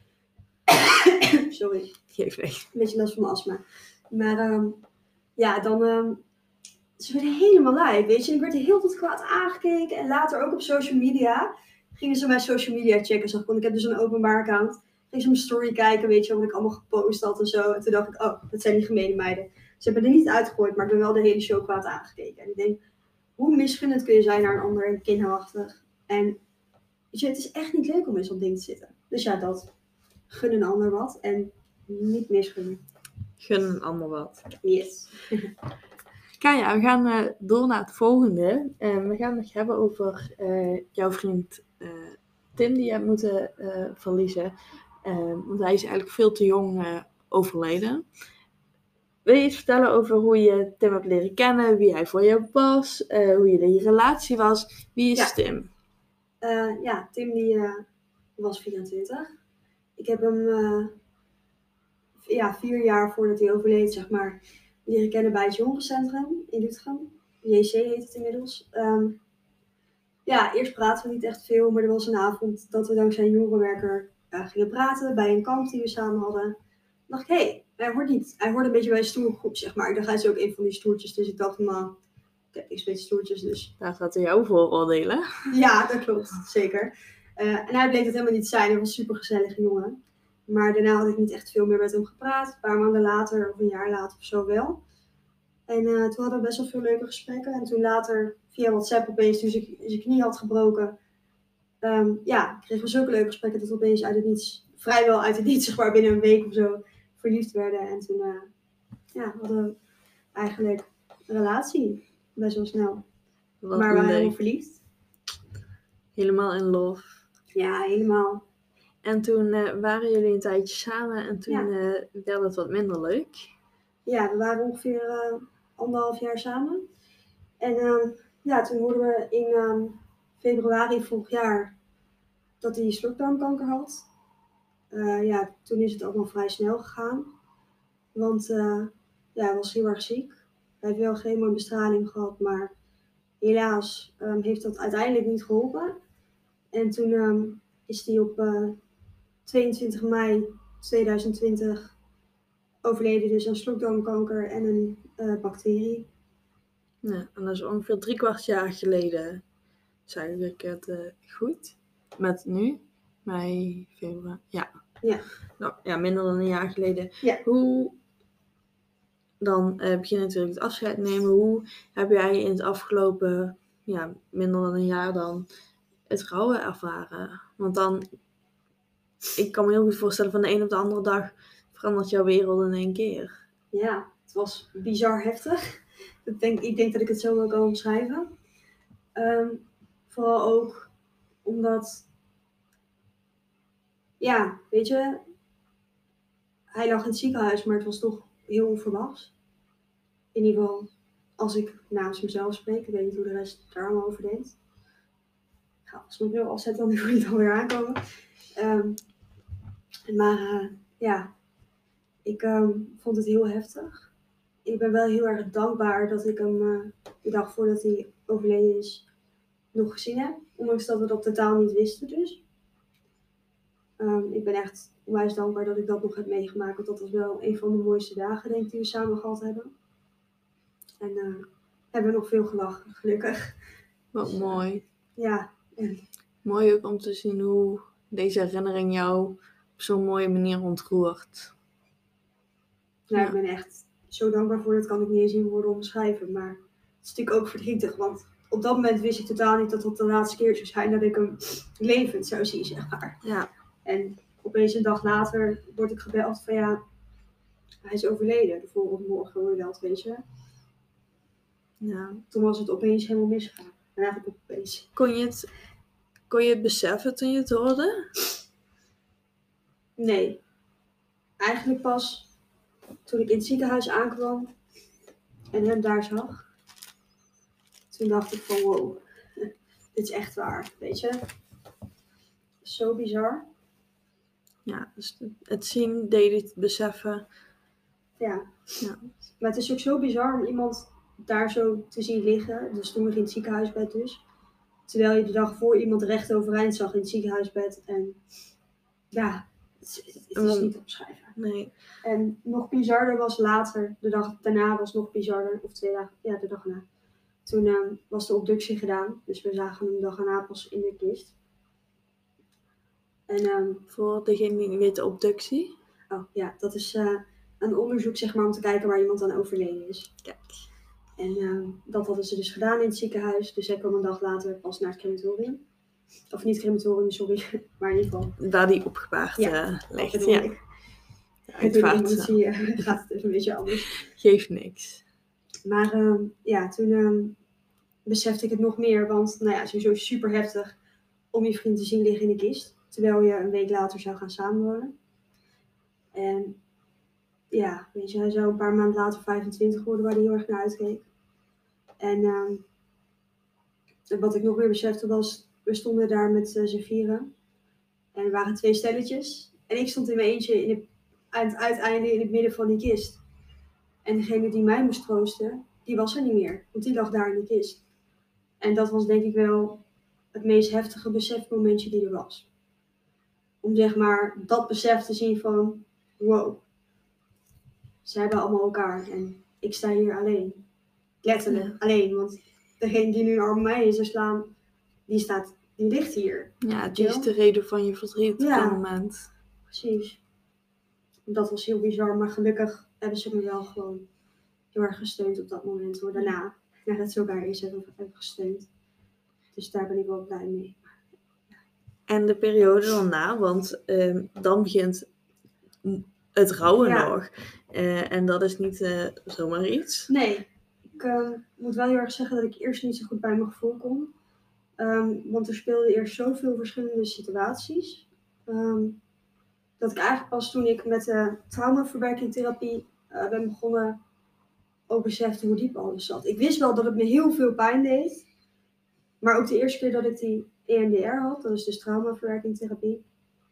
Speaker 2: Sorry.
Speaker 1: Geef weg.
Speaker 2: Een beetje last van mijn astma. Maar dan... Ze werden helemaal lijp, weet je. Ik werd heel tot kwaad aangekeken. En later ook op social media gingen ze mijn social media checken. Want ik heb dus een openbaar account. ging ze mijn story kijken, weet je, wat ik allemaal gepost had en zo. En toen dacht ik, oh, dat zijn die gemene meiden. Ze hebben er niet uitgegooid, maar ik ben wel de hele show kwaad aangekeken. En ik denk, hoe misgunnend kun je zijn naar een ander en kinderachtig. En weet je, het is echt niet leuk om in zo'n ding te zitten. Dus ja, dat. Gun een ander wat en niet misgunnen.
Speaker 1: Gun een ander wat.
Speaker 2: Yes.
Speaker 1: Kaya, we gaan door naar het volgende. We gaan het hebben over jouw vriend Tim, die je hebt moeten verliezen. Want hij is eigenlijk veel te jong overleden. Wil je iets vertellen over hoe je Tim hebt leren kennen, wie hij voor je was, hoe je relatie was? Wie is
Speaker 2: Ja.
Speaker 1: Tim?
Speaker 2: Tim die was 24. Ik heb hem 4 jaar voordat hij overleed, zeg maar, leren kennen bij het jongerencentrum in Doetinchem. JC heet het inmiddels. Eerst praten we niet echt veel, maar er was een avond dat we dankzij een jongerenwerker gingen praten bij een kamp die we samen hadden. Toen dacht ik, hé, hij hoort niet. Hij hoort een beetje bij een stoergroep, zeg maar. Ik dacht, hij is ook een van die stoertjes, dus ik dacht, ik heb niks met stoertjes, dus...
Speaker 1: Daar zaten jouw vooroordelen.
Speaker 2: Ja, dat klopt, zeker. En hij bleek dat helemaal niet te zijn. Hij was een supergezellige jongen. Maar daarna had ik niet echt veel meer met hem gepraat. Een paar maanden later, of een jaar later of zo wel. En toen hadden we best wel veel leuke gesprekken. En toen later, via WhatsApp opeens, toen zijn knie had gebroken... kregen we zulke leuke gesprekken dat we opeens vrijwel uit het niets, zeg maar binnen een week of zo, verliefd werden. En toen hadden we eigenlijk een relatie, best wel snel.
Speaker 1: Wat
Speaker 2: Maar we waren
Speaker 1: leuk.
Speaker 2: helemaal verliefd.
Speaker 1: Helemaal in love.
Speaker 2: Ja, helemaal.
Speaker 1: En toen waren jullie een tijdje samen en toen werd het wat minder leuk.
Speaker 2: Ja, we waren ongeveer 1,5 jaar samen. En toen hoorden we in februari vorig jaar dat hij slokdarmkanker had. Toen is het allemaal vrij snel gegaan. Want hij was heel erg ziek. Hij heeft wel chemo en bestraling gehad, maar helaas heeft dat uiteindelijk niet geholpen. En toen is hij op 22 mei 2020 overleden dus aan slokdarmkanker en een bacterie.
Speaker 1: Ja, en dat is ongeveer 3/4 jaar geleden, zeg ik het goed. Met nu, mei, februari, ja.
Speaker 2: Ja.
Speaker 1: Nou, ja, minder dan een jaar geleden.
Speaker 2: Ja.
Speaker 1: Hoe, dan begin je natuurlijk het afscheid nemen. Hoe heb jij in het afgelopen, minder dan een jaar dan het rouwen ervaren? Want dan, ik kan me heel goed voorstellen, van de een op de andere dag verandert jouw wereld in één keer.
Speaker 2: Ja, het was bizar heftig. Ik denk dat ik het zo wel kan omschrijven. Vooral ook omdat, weet je, hij lag in het ziekenhuis, maar het was toch heel onverwachts. In ieder geval, als ik namens mezelf spreek, ik weet niet hoe de rest daar allemaal over denkt. Ik ga als mijn bril afzetten, dan voel je het alweer aankomen. Ik vond het heel heftig. Ik ben wel heel erg dankbaar dat ik hem de dag voordat hij overleden is nog gezien heb. Ondanks dat we dat totaal niet wisten dus. Ik ben echt onwijs dankbaar dat ik dat nog heb meegemaakt. Want dat was wel een van de mooiste dagen, denk ik, die we samen gehad hebben. En hebben we nog veel gelachen, gelukkig.
Speaker 1: Wat
Speaker 2: Dus,
Speaker 1: mooi.
Speaker 2: Ja.
Speaker 1: Mooi ook om te zien hoe deze herinnering jou op zo'n mooie manier ontroert.
Speaker 2: Ik ben echt zo dankbaar voor. Dat kan ik niet eens in woorden omschrijven. Maar het is natuurlijk ook verdrietig. Want op dat moment wist ik totaal niet dat dat de laatste keer zou zijn dat ik hem levend zou zien, zeg maar.
Speaker 1: Ja.
Speaker 2: En opeens een dag later word ik gebeld van hij is overleden. De volgende morgen hoor je dat, weet je.
Speaker 1: Ja.
Speaker 2: Toen was het opeens helemaal misgegaan. En eigenlijk ook opeens.
Speaker 1: Kon je het beseffen toen je het hoorde?
Speaker 2: Nee. Eigenlijk pas toen ik in het ziekenhuis aankwam en hem daar zag. Toen dacht ik van wow, dit is echt waar, weet je. Zo bizar.
Speaker 1: Ja, dus het zien deed je het beseffen.
Speaker 2: Ja.
Speaker 1: Ja.
Speaker 2: Maar het is ook zo bizar om iemand daar zo te zien liggen. Dus toen nog in het ziekenhuisbed dus. Terwijl je de dag voor iemand recht overeind zag in het ziekenhuisbed. En het is niet te beschrijven.
Speaker 1: Nee.
Speaker 2: En nog bizarder was later, de dag daarna was nog bizarder. Of 2 dagen, de dag daarna. Toen was de obductie gedaan. Dus we zagen hem de dag erna pas in de kist. En
Speaker 1: Voor degene die niet weet, de obductie.
Speaker 2: dat is een onderzoek zeg maar om te kijken waar iemand aan overleden is.
Speaker 1: Kijk.
Speaker 2: En dat hadden ze dus gedaan in het ziekenhuis. Dus hij kwam een dag later pas naar het crematorium. Of niet crematorium, sorry. Maar in ieder geval.
Speaker 1: Waar die opgebaard
Speaker 2: Dat
Speaker 1: ligt.
Speaker 2: bedoel
Speaker 1: Ja.
Speaker 2: ik.
Speaker 1: Uitvaart.
Speaker 2: Met de emotie gaat het even een beetje anders.
Speaker 1: Geeft niks.
Speaker 2: Maar toen besefte ik het nog meer. Want sowieso super heftig om je vriend te zien liggen in de kist. Terwijl je een week later zou gaan samenwonen. En ja, weet je, hij zou een paar maanden later 25 worden, waar hij heel erg naar uitkeek. En wat ik nog meer besefte was, we stonden daar met z'n vieren. En er waren 2 stelletjes. En ik stond in mijn eentje aan het uiteinde in het midden van die kist. En degene die mij moest troosten, die was er niet meer. Want die lag daar in de kist. En dat was denk ik wel het meest heftige besefmomentje die er was. Om zeg maar dat besef te zien van, wow. Ze hebben allemaal elkaar en ik sta hier alleen. Letterlijk alleen, want degene die nu een arm om mij is te slaan, die ligt hier.
Speaker 1: Ja, die is de reden van je verdriet op dat moment.
Speaker 2: Precies. Dat was heel bizar, maar gelukkig hebben ze me wel gewoon heel erg gesteund op dat moment. Hoor. Daarna, nadat ze elkaar eerst hebben gesteund. Dus daar ben ik wel blij mee.
Speaker 1: En de periode daarna, want dan begint het rouwen nog. En dat is niet zomaar iets.
Speaker 2: Nee, ik moet wel heel erg zeggen dat ik eerst niet zo goed bij mijn gevoel kon. Want er speelden eerst zoveel verschillende situaties. Dat ik eigenlijk pas toen ik met de traumaverwerkingstherapie ben begonnen, ook besefte hoe diep alles zat. Ik wist wel dat het me heel veel pijn deed. Maar ook de eerste keer dat ik die EMDR had, dat is dus traumaverwerkingstherapie,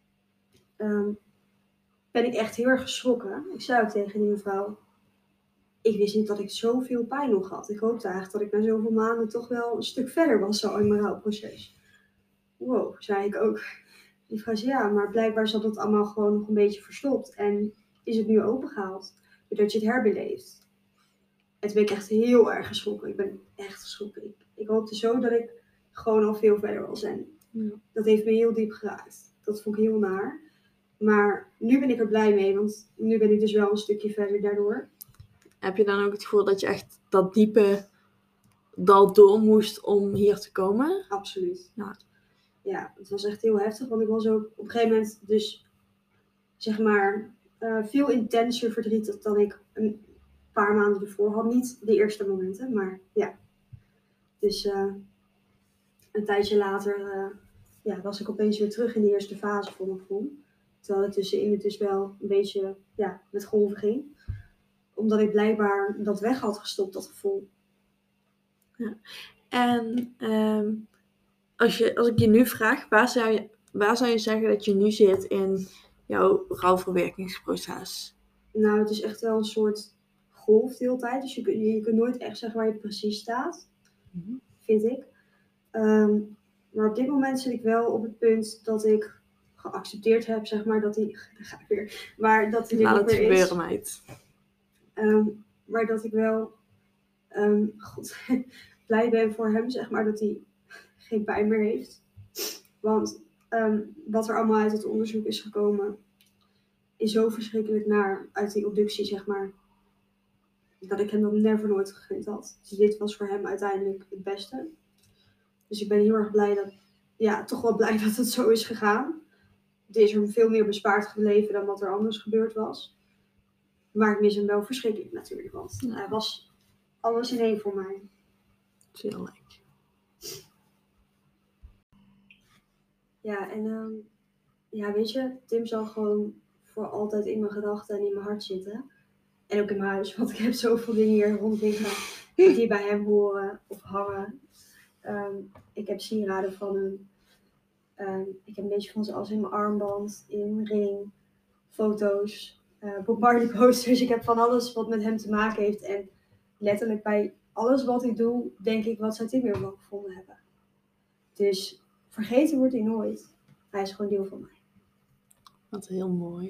Speaker 2: ben ik echt heel erg geschrokken. Ik zei ook tegen die mevrouw, ik wist niet dat ik zoveel pijn nog had. Ik hoopte eigenlijk dat ik na zoveel maanden toch wel een stuk verder was zo in mijn rouwproces. Wow, zei ik ook. Die vrouw zei, ja, maar blijkbaar zat het allemaal gewoon nog een beetje verstopt. En is het nu opengehaald, doordat je het herbeleeft. En toen ben ik echt heel erg geschrokken. Ik ben echt geschrokken. Ik hoopte zo dat ik gewoon al veel verder was. En dat heeft me heel diep geraakt. Dat vond ik heel naar. Maar nu ben ik er blij mee, want nu ben ik dus wel een stukje verder daardoor.
Speaker 1: Heb je dan ook het gevoel dat je echt dat diepe dal door moest om hier te komen?
Speaker 2: Absoluut.
Speaker 1: Ja,
Speaker 2: het was echt heel heftig, want ik was ook op een gegeven moment dus, zeg maar, veel intenser verdrietig dan ik een paar maanden ervoor had. Niet de eerste momenten, maar ja. Dus een tijdje later was ik opeens weer terug in de eerste fase van mijn gevoel. Terwijl het tussenin het dus wel een beetje met golven ging. Omdat ik blijkbaar dat weg had gestopt, dat gevoel.
Speaker 1: Ja. En als ik je nu vraag, waar zou je zeggen dat je nu zit in jouw rouwverwerkingsproces?
Speaker 2: Nou, het is echt wel een soort golf de hele tijd. Dus je kunt nooit echt zeggen waar je precies staat, vind ik. Maar op dit moment zit ik wel op het punt dat ik geaccepteerd heb, zeg maar, dat hij... Daar ga ik weer. Maar dat hij er niet meer is.
Speaker 1: Laat het gebeuren, meid.
Speaker 2: Maar dat ik wel blij ben voor hem, zeg maar, dat hij geen pijn meer heeft. Want wat er allemaal uit het onderzoek is gekomen, is zo verschrikkelijk naar uit die obductie, zeg maar, dat ik hem dat never nooit gegund had. Dus dit was voor hem uiteindelijk het beste. Dus ik ben heel erg blij toch wel blij dat het zo is gegaan. Het is er veel meer bespaard gebleven dan wat er anders gebeurd was. Maar ik mis hem wel verschrikkelijk natuurlijk, want hij was alles in één voor mij.
Speaker 1: Heel leuk.
Speaker 2: Ja, en weet je, Tim zal gewoon voor altijd in mijn gedachten en in mijn hart zitten. En ook in mijn huis, want ik heb zoveel dingen hier rond liggen die bij hem horen of hangen. Ik heb sieraden van hem. Ik heb een beetje van zoals in mijn armband, in mijn ring, foto's, Bob Marley posters. Ik heb van alles wat met hem te maken heeft. En letterlijk bij alles wat ik doe, denk ik, wat zou Tim weer wel gevonden hebben. Dus vergeten wordt hij nooit. Hij is gewoon deel van mij.
Speaker 1: Wat heel mooi.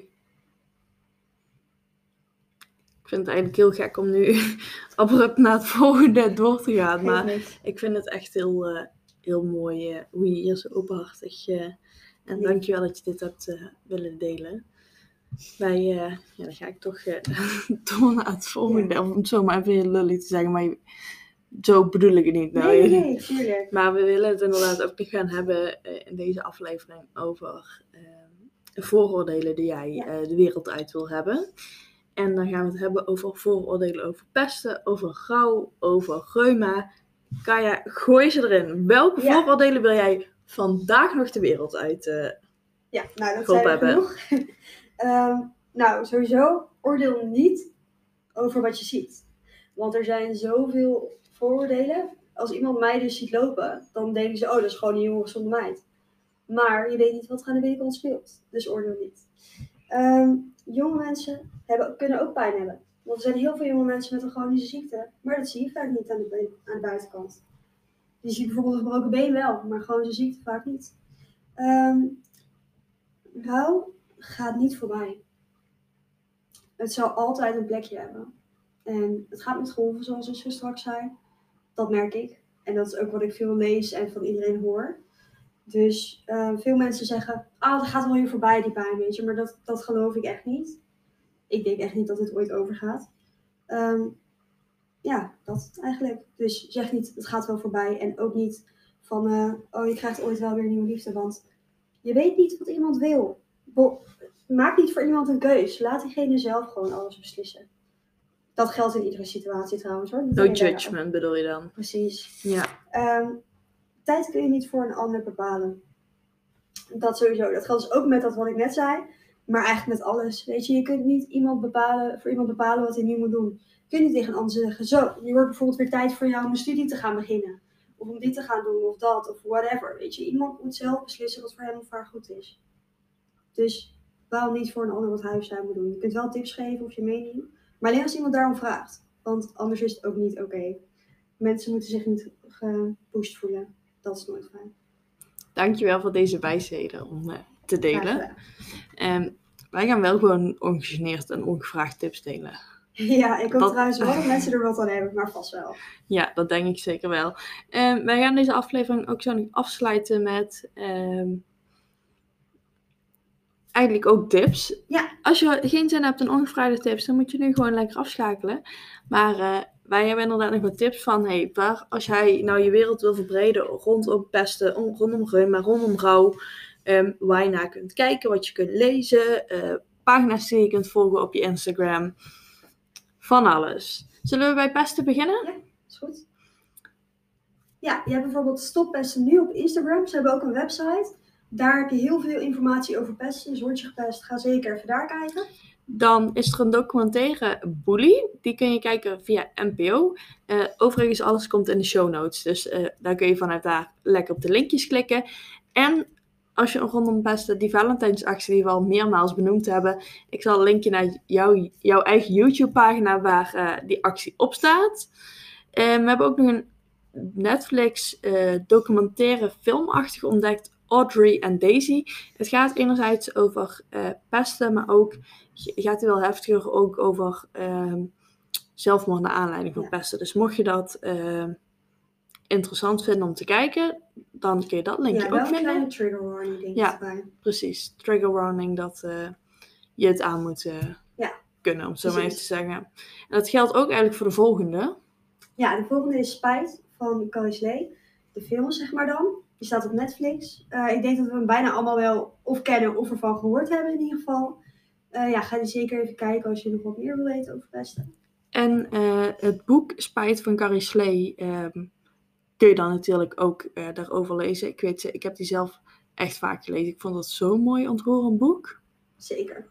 Speaker 1: Ik vind het eigenlijk heel gek om nu abrupt naar het volgende door te gaan. Maar ik vind het echt heel mooi hoe je hier zo openhartig En
Speaker 2: Ja.
Speaker 1: dankjewel dat je dit hebt willen delen. Dan ga ik toch door naar het volgende. Of om het zo maar even heel lullig te zeggen, maar zo bedoel ik het niet. Nou.
Speaker 2: Nee, tuurlijk.
Speaker 1: Maar we willen het inderdaad ook nog gaan hebben in deze aflevering over de vooroordelen die jij de wereld uit wil hebben. En dan gaan we het hebben over vooroordelen over pesten, over rouw, over reuma. Kaya, gooi ze erin. Welke vooroordelen wil jij vandaag nog de wereld uit
Speaker 2: Ja, nou dat
Speaker 1: Groep
Speaker 2: zijn er
Speaker 1: hebben.
Speaker 2: genoeg. Nou, sowieso oordeel niet over wat je ziet. Want er zijn zoveel vooroordelen. Als iemand mij dus ziet lopen, dan denken ze, oh, dat is gewoon een jonge gezonde meid. Maar je weet niet wat er aan de binnenkant speelt. Dus oordeel niet. Jonge mensen kunnen ook pijn hebben. Want er zijn heel veel jonge mensen met een chronische ziekte. Maar dat zie je vaak niet aan de buitenkant. Je ziet bijvoorbeeld een gebroken been wel, maar chronische ziekte vaak niet. Rouw gaat niet voorbij. Het zal altijd een plekje hebben. En het gaat met golven, zoals ik zo straks zei. Dat merk ik. En dat is ook wat ik veel lees en van iedereen hoor. Dus veel mensen zeggen, dat gaat wel weer voorbij, die pijn, weet je. Maar dat geloof ik echt niet. Ik denk echt niet dat het ooit overgaat. Dat eigenlijk. Dus zeg niet, het gaat wel voorbij. En ook niet van, je krijgt ooit wel weer een nieuwe liefde. Want je weet niet wat iemand wil. Maak niet voor iemand een keus. Laat diegene zelf gewoon alles beslissen. Dat geldt in iedere situatie trouwens hoor.
Speaker 1: No judgment bedoel je dan?
Speaker 2: Precies.
Speaker 1: Ja.
Speaker 2: Tijd kun je niet voor een ander bepalen. Dat sowieso. Dat geldt dus ook met dat wat ik net zei. Maar eigenlijk met alles. Weet je kunt niet voor iemand bepalen wat hij nu moet doen. Je kunt niet tegen een ander zeggen, zo, nu wordt bijvoorbeeld weer tijd voor jou om een studie te gaan beginnen. Of om dit te gaan doen, of dat, of whatever. Weet je, iemand moet zelf beslissen wat voor hem of haar goed is. Dus bepaal niet voor een ander wat hij of zij moet doen. Je kunt wel tips geven of je mening. Maar alleen als iemand daarom vraagt. Want anders is het ook niet oké. Mensen moeten zich niet gepusht voelen. Dat is nooit fijn.
Speaker 1: Dankjewel voor deze wijsheden om te delen. Wij gaan wel gewoon ongegeneerd en ongevraagd tips delen.
Speaker 2: Ja, ik hoop trouwens wel dat mensen er wat aan hebben, maar vast wel.
Speaker 1: Ja, dat denk ik zeker wel. Wij gaan deze aflevering ook zo nog afsluiten met eigenlijk ook tips.
Speaker 2: Ja.
Speaker 1: Als je geen zin hebt in ongevraagde tips, dan moet je nu gewoon lekker afschakelen. Maar wij hebben inderdaad nog wat tips van, als jij nou je wereld wil verbreden rondom pesten, rondom reuma, rondom rouw, waar je naar kunt kijken, wat je kunt lezen, pagina's die je kunt volgen op je Instagram, van alles. Zullen we bij pesten beginnen?
Speaker 2: Ja, is goed. Ja, je hebt bijvoorbeeld Stop Pesten Nu op Instagram. Ze hebben ook een website. Daar heb je heel veel informatie over pesten. Dus word je gepest, ga zeker even daar kijken.
Speaker 1: Dan is er een documentaire Bully. Die kun je kijken via NPO. Overigens, alles komt in de show notes. Dus daar kun je vanuit daar lekker op de linkjes klikken. En als je rondom pesten die Valentijnsactie die we al meermaals benoemd hebben. Ik zal een linkje naar jouw eigen YouTube pagina waar die actie op staat. We hebben ook nog een Netflix documentaire filmachtig ontdekt. Audrey en Daisy. Het gaat enerzijds over pesten, maar ook gaat hij wel heftiger ook over zelfmoord naar aanleiding van pesten. Dus mocht je dat interessant vinden om te kijken, dan kun je dat linkje ook vinden. Ja, wel een
Speaker 2: kleine trigger warning denk ik erbij.
Speaker 1: Precies. Trigger warning dat je het aan moet kunnen, om het zo maar even te zeggen. En dat geldt ook eigenlijk voor de volgende.
Speaker 2: Ja, de volgende is Spijt van Carrie Slee. De film zeg maar dan. Die staat op Netflix. Ik denk dat we hem bijna allemaal wel of kennen of ervan gehoord hebben in ieder geval. Ga die zeker even kijken als je nog wat meer wil weten over pesten.
Speaker 1: En het boek Spijt van Carrie Slee kun je dan natuurlijk ook daarover lezen. Ik heb die zelf echt vaak gelezen. Ik vond dat zo'n mooi ontroerend boek.
Speaker 2: Zeker.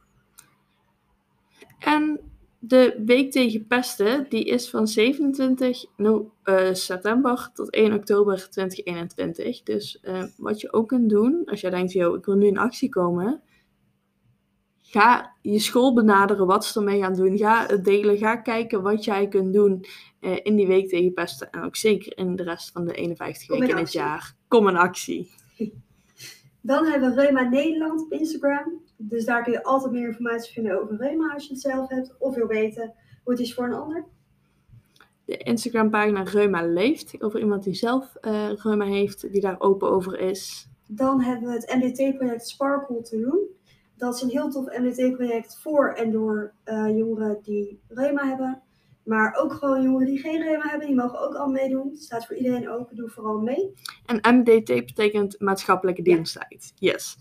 Speaker 1: En de Week tegen Pesten, die is van 27 september tot 1 oktober 2021. Dus wat je ook kunt doen, als jij denkt, ik wil nu in actie komen. Ga je school benaderen wat ze ermee gaan doen. Ga het delen, ga kijken wat jij kunt doen in die Week tegen Pesten. En ook zeker in de rest van de 51 weken in het jaar. Kom in actie.
Speaker 2: Dan hebben we Reuma Nederland op Instagram. Dus daar kun je altijd meer informatie vinden over reuma als je het zelf hebt. Of wil weten hoe het is voor een ander.
Speaker 1: De Instagram pagina Reuma Leeft. Over iemand die zelf reuma heeft. Die daar open over is.
Speaker 2: Dan hebben we het MDT-project Sparkle te doen. Dat is een heel tof MDT-project voor en door jongeren die reuma hebben. Maar ook gewoon jongeren die geen reuma hebben, die mogen ook al meedoen. Het staat voor iedereen open, doe vooral mee.
Speaker 1: En MDT betekent maatschappelijke diensttijd. Yes.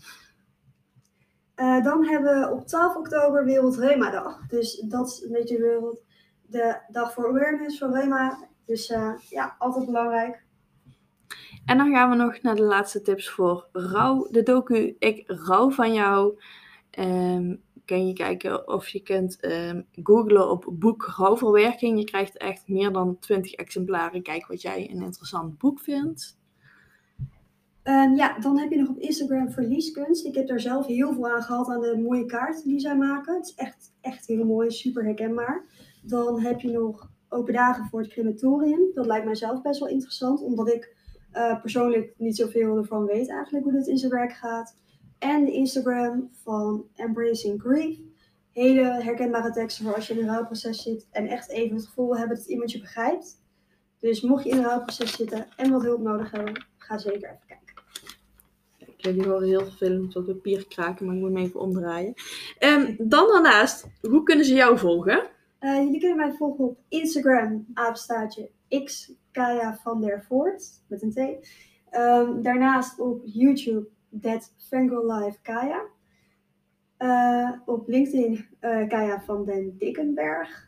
Speaker 2: Dan hebben we op 12 oktober Wereld Reuma Dag. Dus dat is een beetje de dag voor awareness van reuma. Dus altijd belangrijk.
Speaker 1: En dan gaan we nog naar de laatste tips voor rouw. De docu Ik rouw van jou. Kan je kijken of je kunt googlen op boek rouwverwerking. Je krijgt echt meer dan 20 exemplaren. Kijk wat jij een interessant boek vindt.
Speaker 2: Dan heb je nog op Instagram Verlieskunst. Ik heb daar zelf heel veel aan gehad aan de mooie kaarten die zij maken. Het is echt heel mooi, super herkenbaar. Dan heb je nog open dagen voor het crematorium. Dat lijkt mij zelf best wel interessant, omdat ik persoonlijk niet zoveel ervan weet eigenlijk hoe dit in zijn werk gaat. En de Instagram van Embracing Grief. Hele herkenbare teksten voor als je in een rouwproces zit en echt even het gevoel hebben dat iemand je begrijpt. Dus mocht je in een rouwproces zitten en wat hulp nodig hebben, ga zeker even kijken.
Speaker 1: Jullie horen heel vervelend wat papier kraken, maar ik moet hem even omdraaien. Dan daarnaast, hoe kunnen ze jou volgen?
Speaker 2: Jullie kunnen mij volgen op Instagram, _ Kaya van der Voort, met een T. Daarnaast op YouTube, That Fangirl Life Kaya. Op LinkedIn, Kaya van den Dickenberg.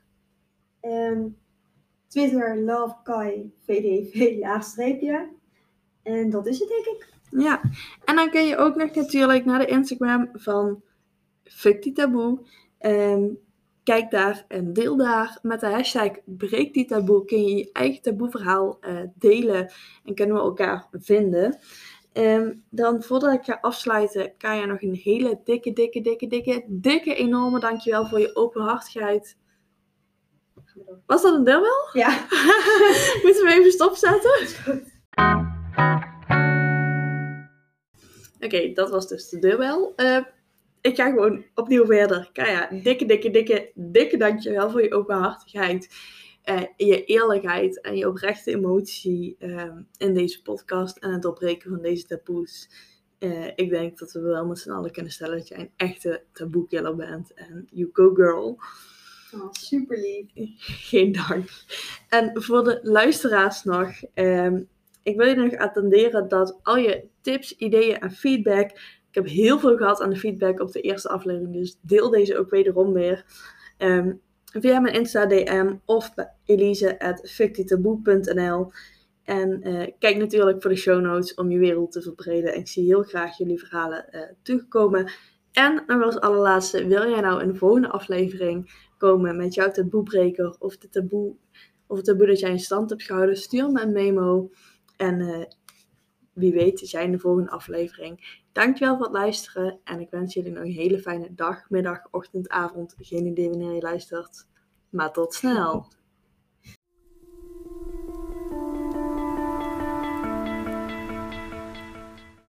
Speaker 2: Twitter, Love Kai VDV _ En dat is het, denk ik.
Speaker 1: Ja, en dan kun je ook nog natuurlijk naar de Instagram van Fuck die Taboe. Kijk daar en deel daar. Met de hashtag Breek die Taboe kun je je eigen taboeverhaal delen en kunnen we elkaar vinden. Dan voordat ik ga afsluiten, kan je nog een hele dikke, enorme dankjewel voor je openhartigheid. Was dat een deurbel?
Speaker 2: Ja.
Speaker 1: Moeten we even stopzetten? Oké, dat was dus de deurbel. Ik ga gewoon opnieuw verder. Kaya, dikke dankjewel voor je openhartigheid. Je eerlijkheid en je oprechte emotie in deze podcast en het doorbreken van deze taboes. Ik denk dat we wel met z'n allen kunnen stellen dat jij een echte taboekiller bent. En you go girl.
Speaker 2: Oh, super lief.
Speaker 1: Geen dank. En voor de luisteraars nog. Ik wil je nog attenderen dat al je tips, ideeën en feedback. Ik heb heel veel gehad aan de feedback op de eerste aflevering. Dus deel deze ook wederom weer. Via mijn Insta DM of bij elise@fuckdietaboe.nl. En kijk natuurlijk voor de show notes om je wereld te verbreden. En ik zie heel graag jullie verhalen toegekomen. En nog als allerlaatste, wil jij nou in de volgende aflevering komen met jouw taboebreker of het taboe dat jij in stand hebt gehouden? Stuur me een memo. En wie weet is jij in de volgende aflevering. Dankjewel voor het luisteren. En ik wens jullie nog een hele fijne dag, middag, ochtend, avond. Geen idee wanneer je luistert. Maar tot snel.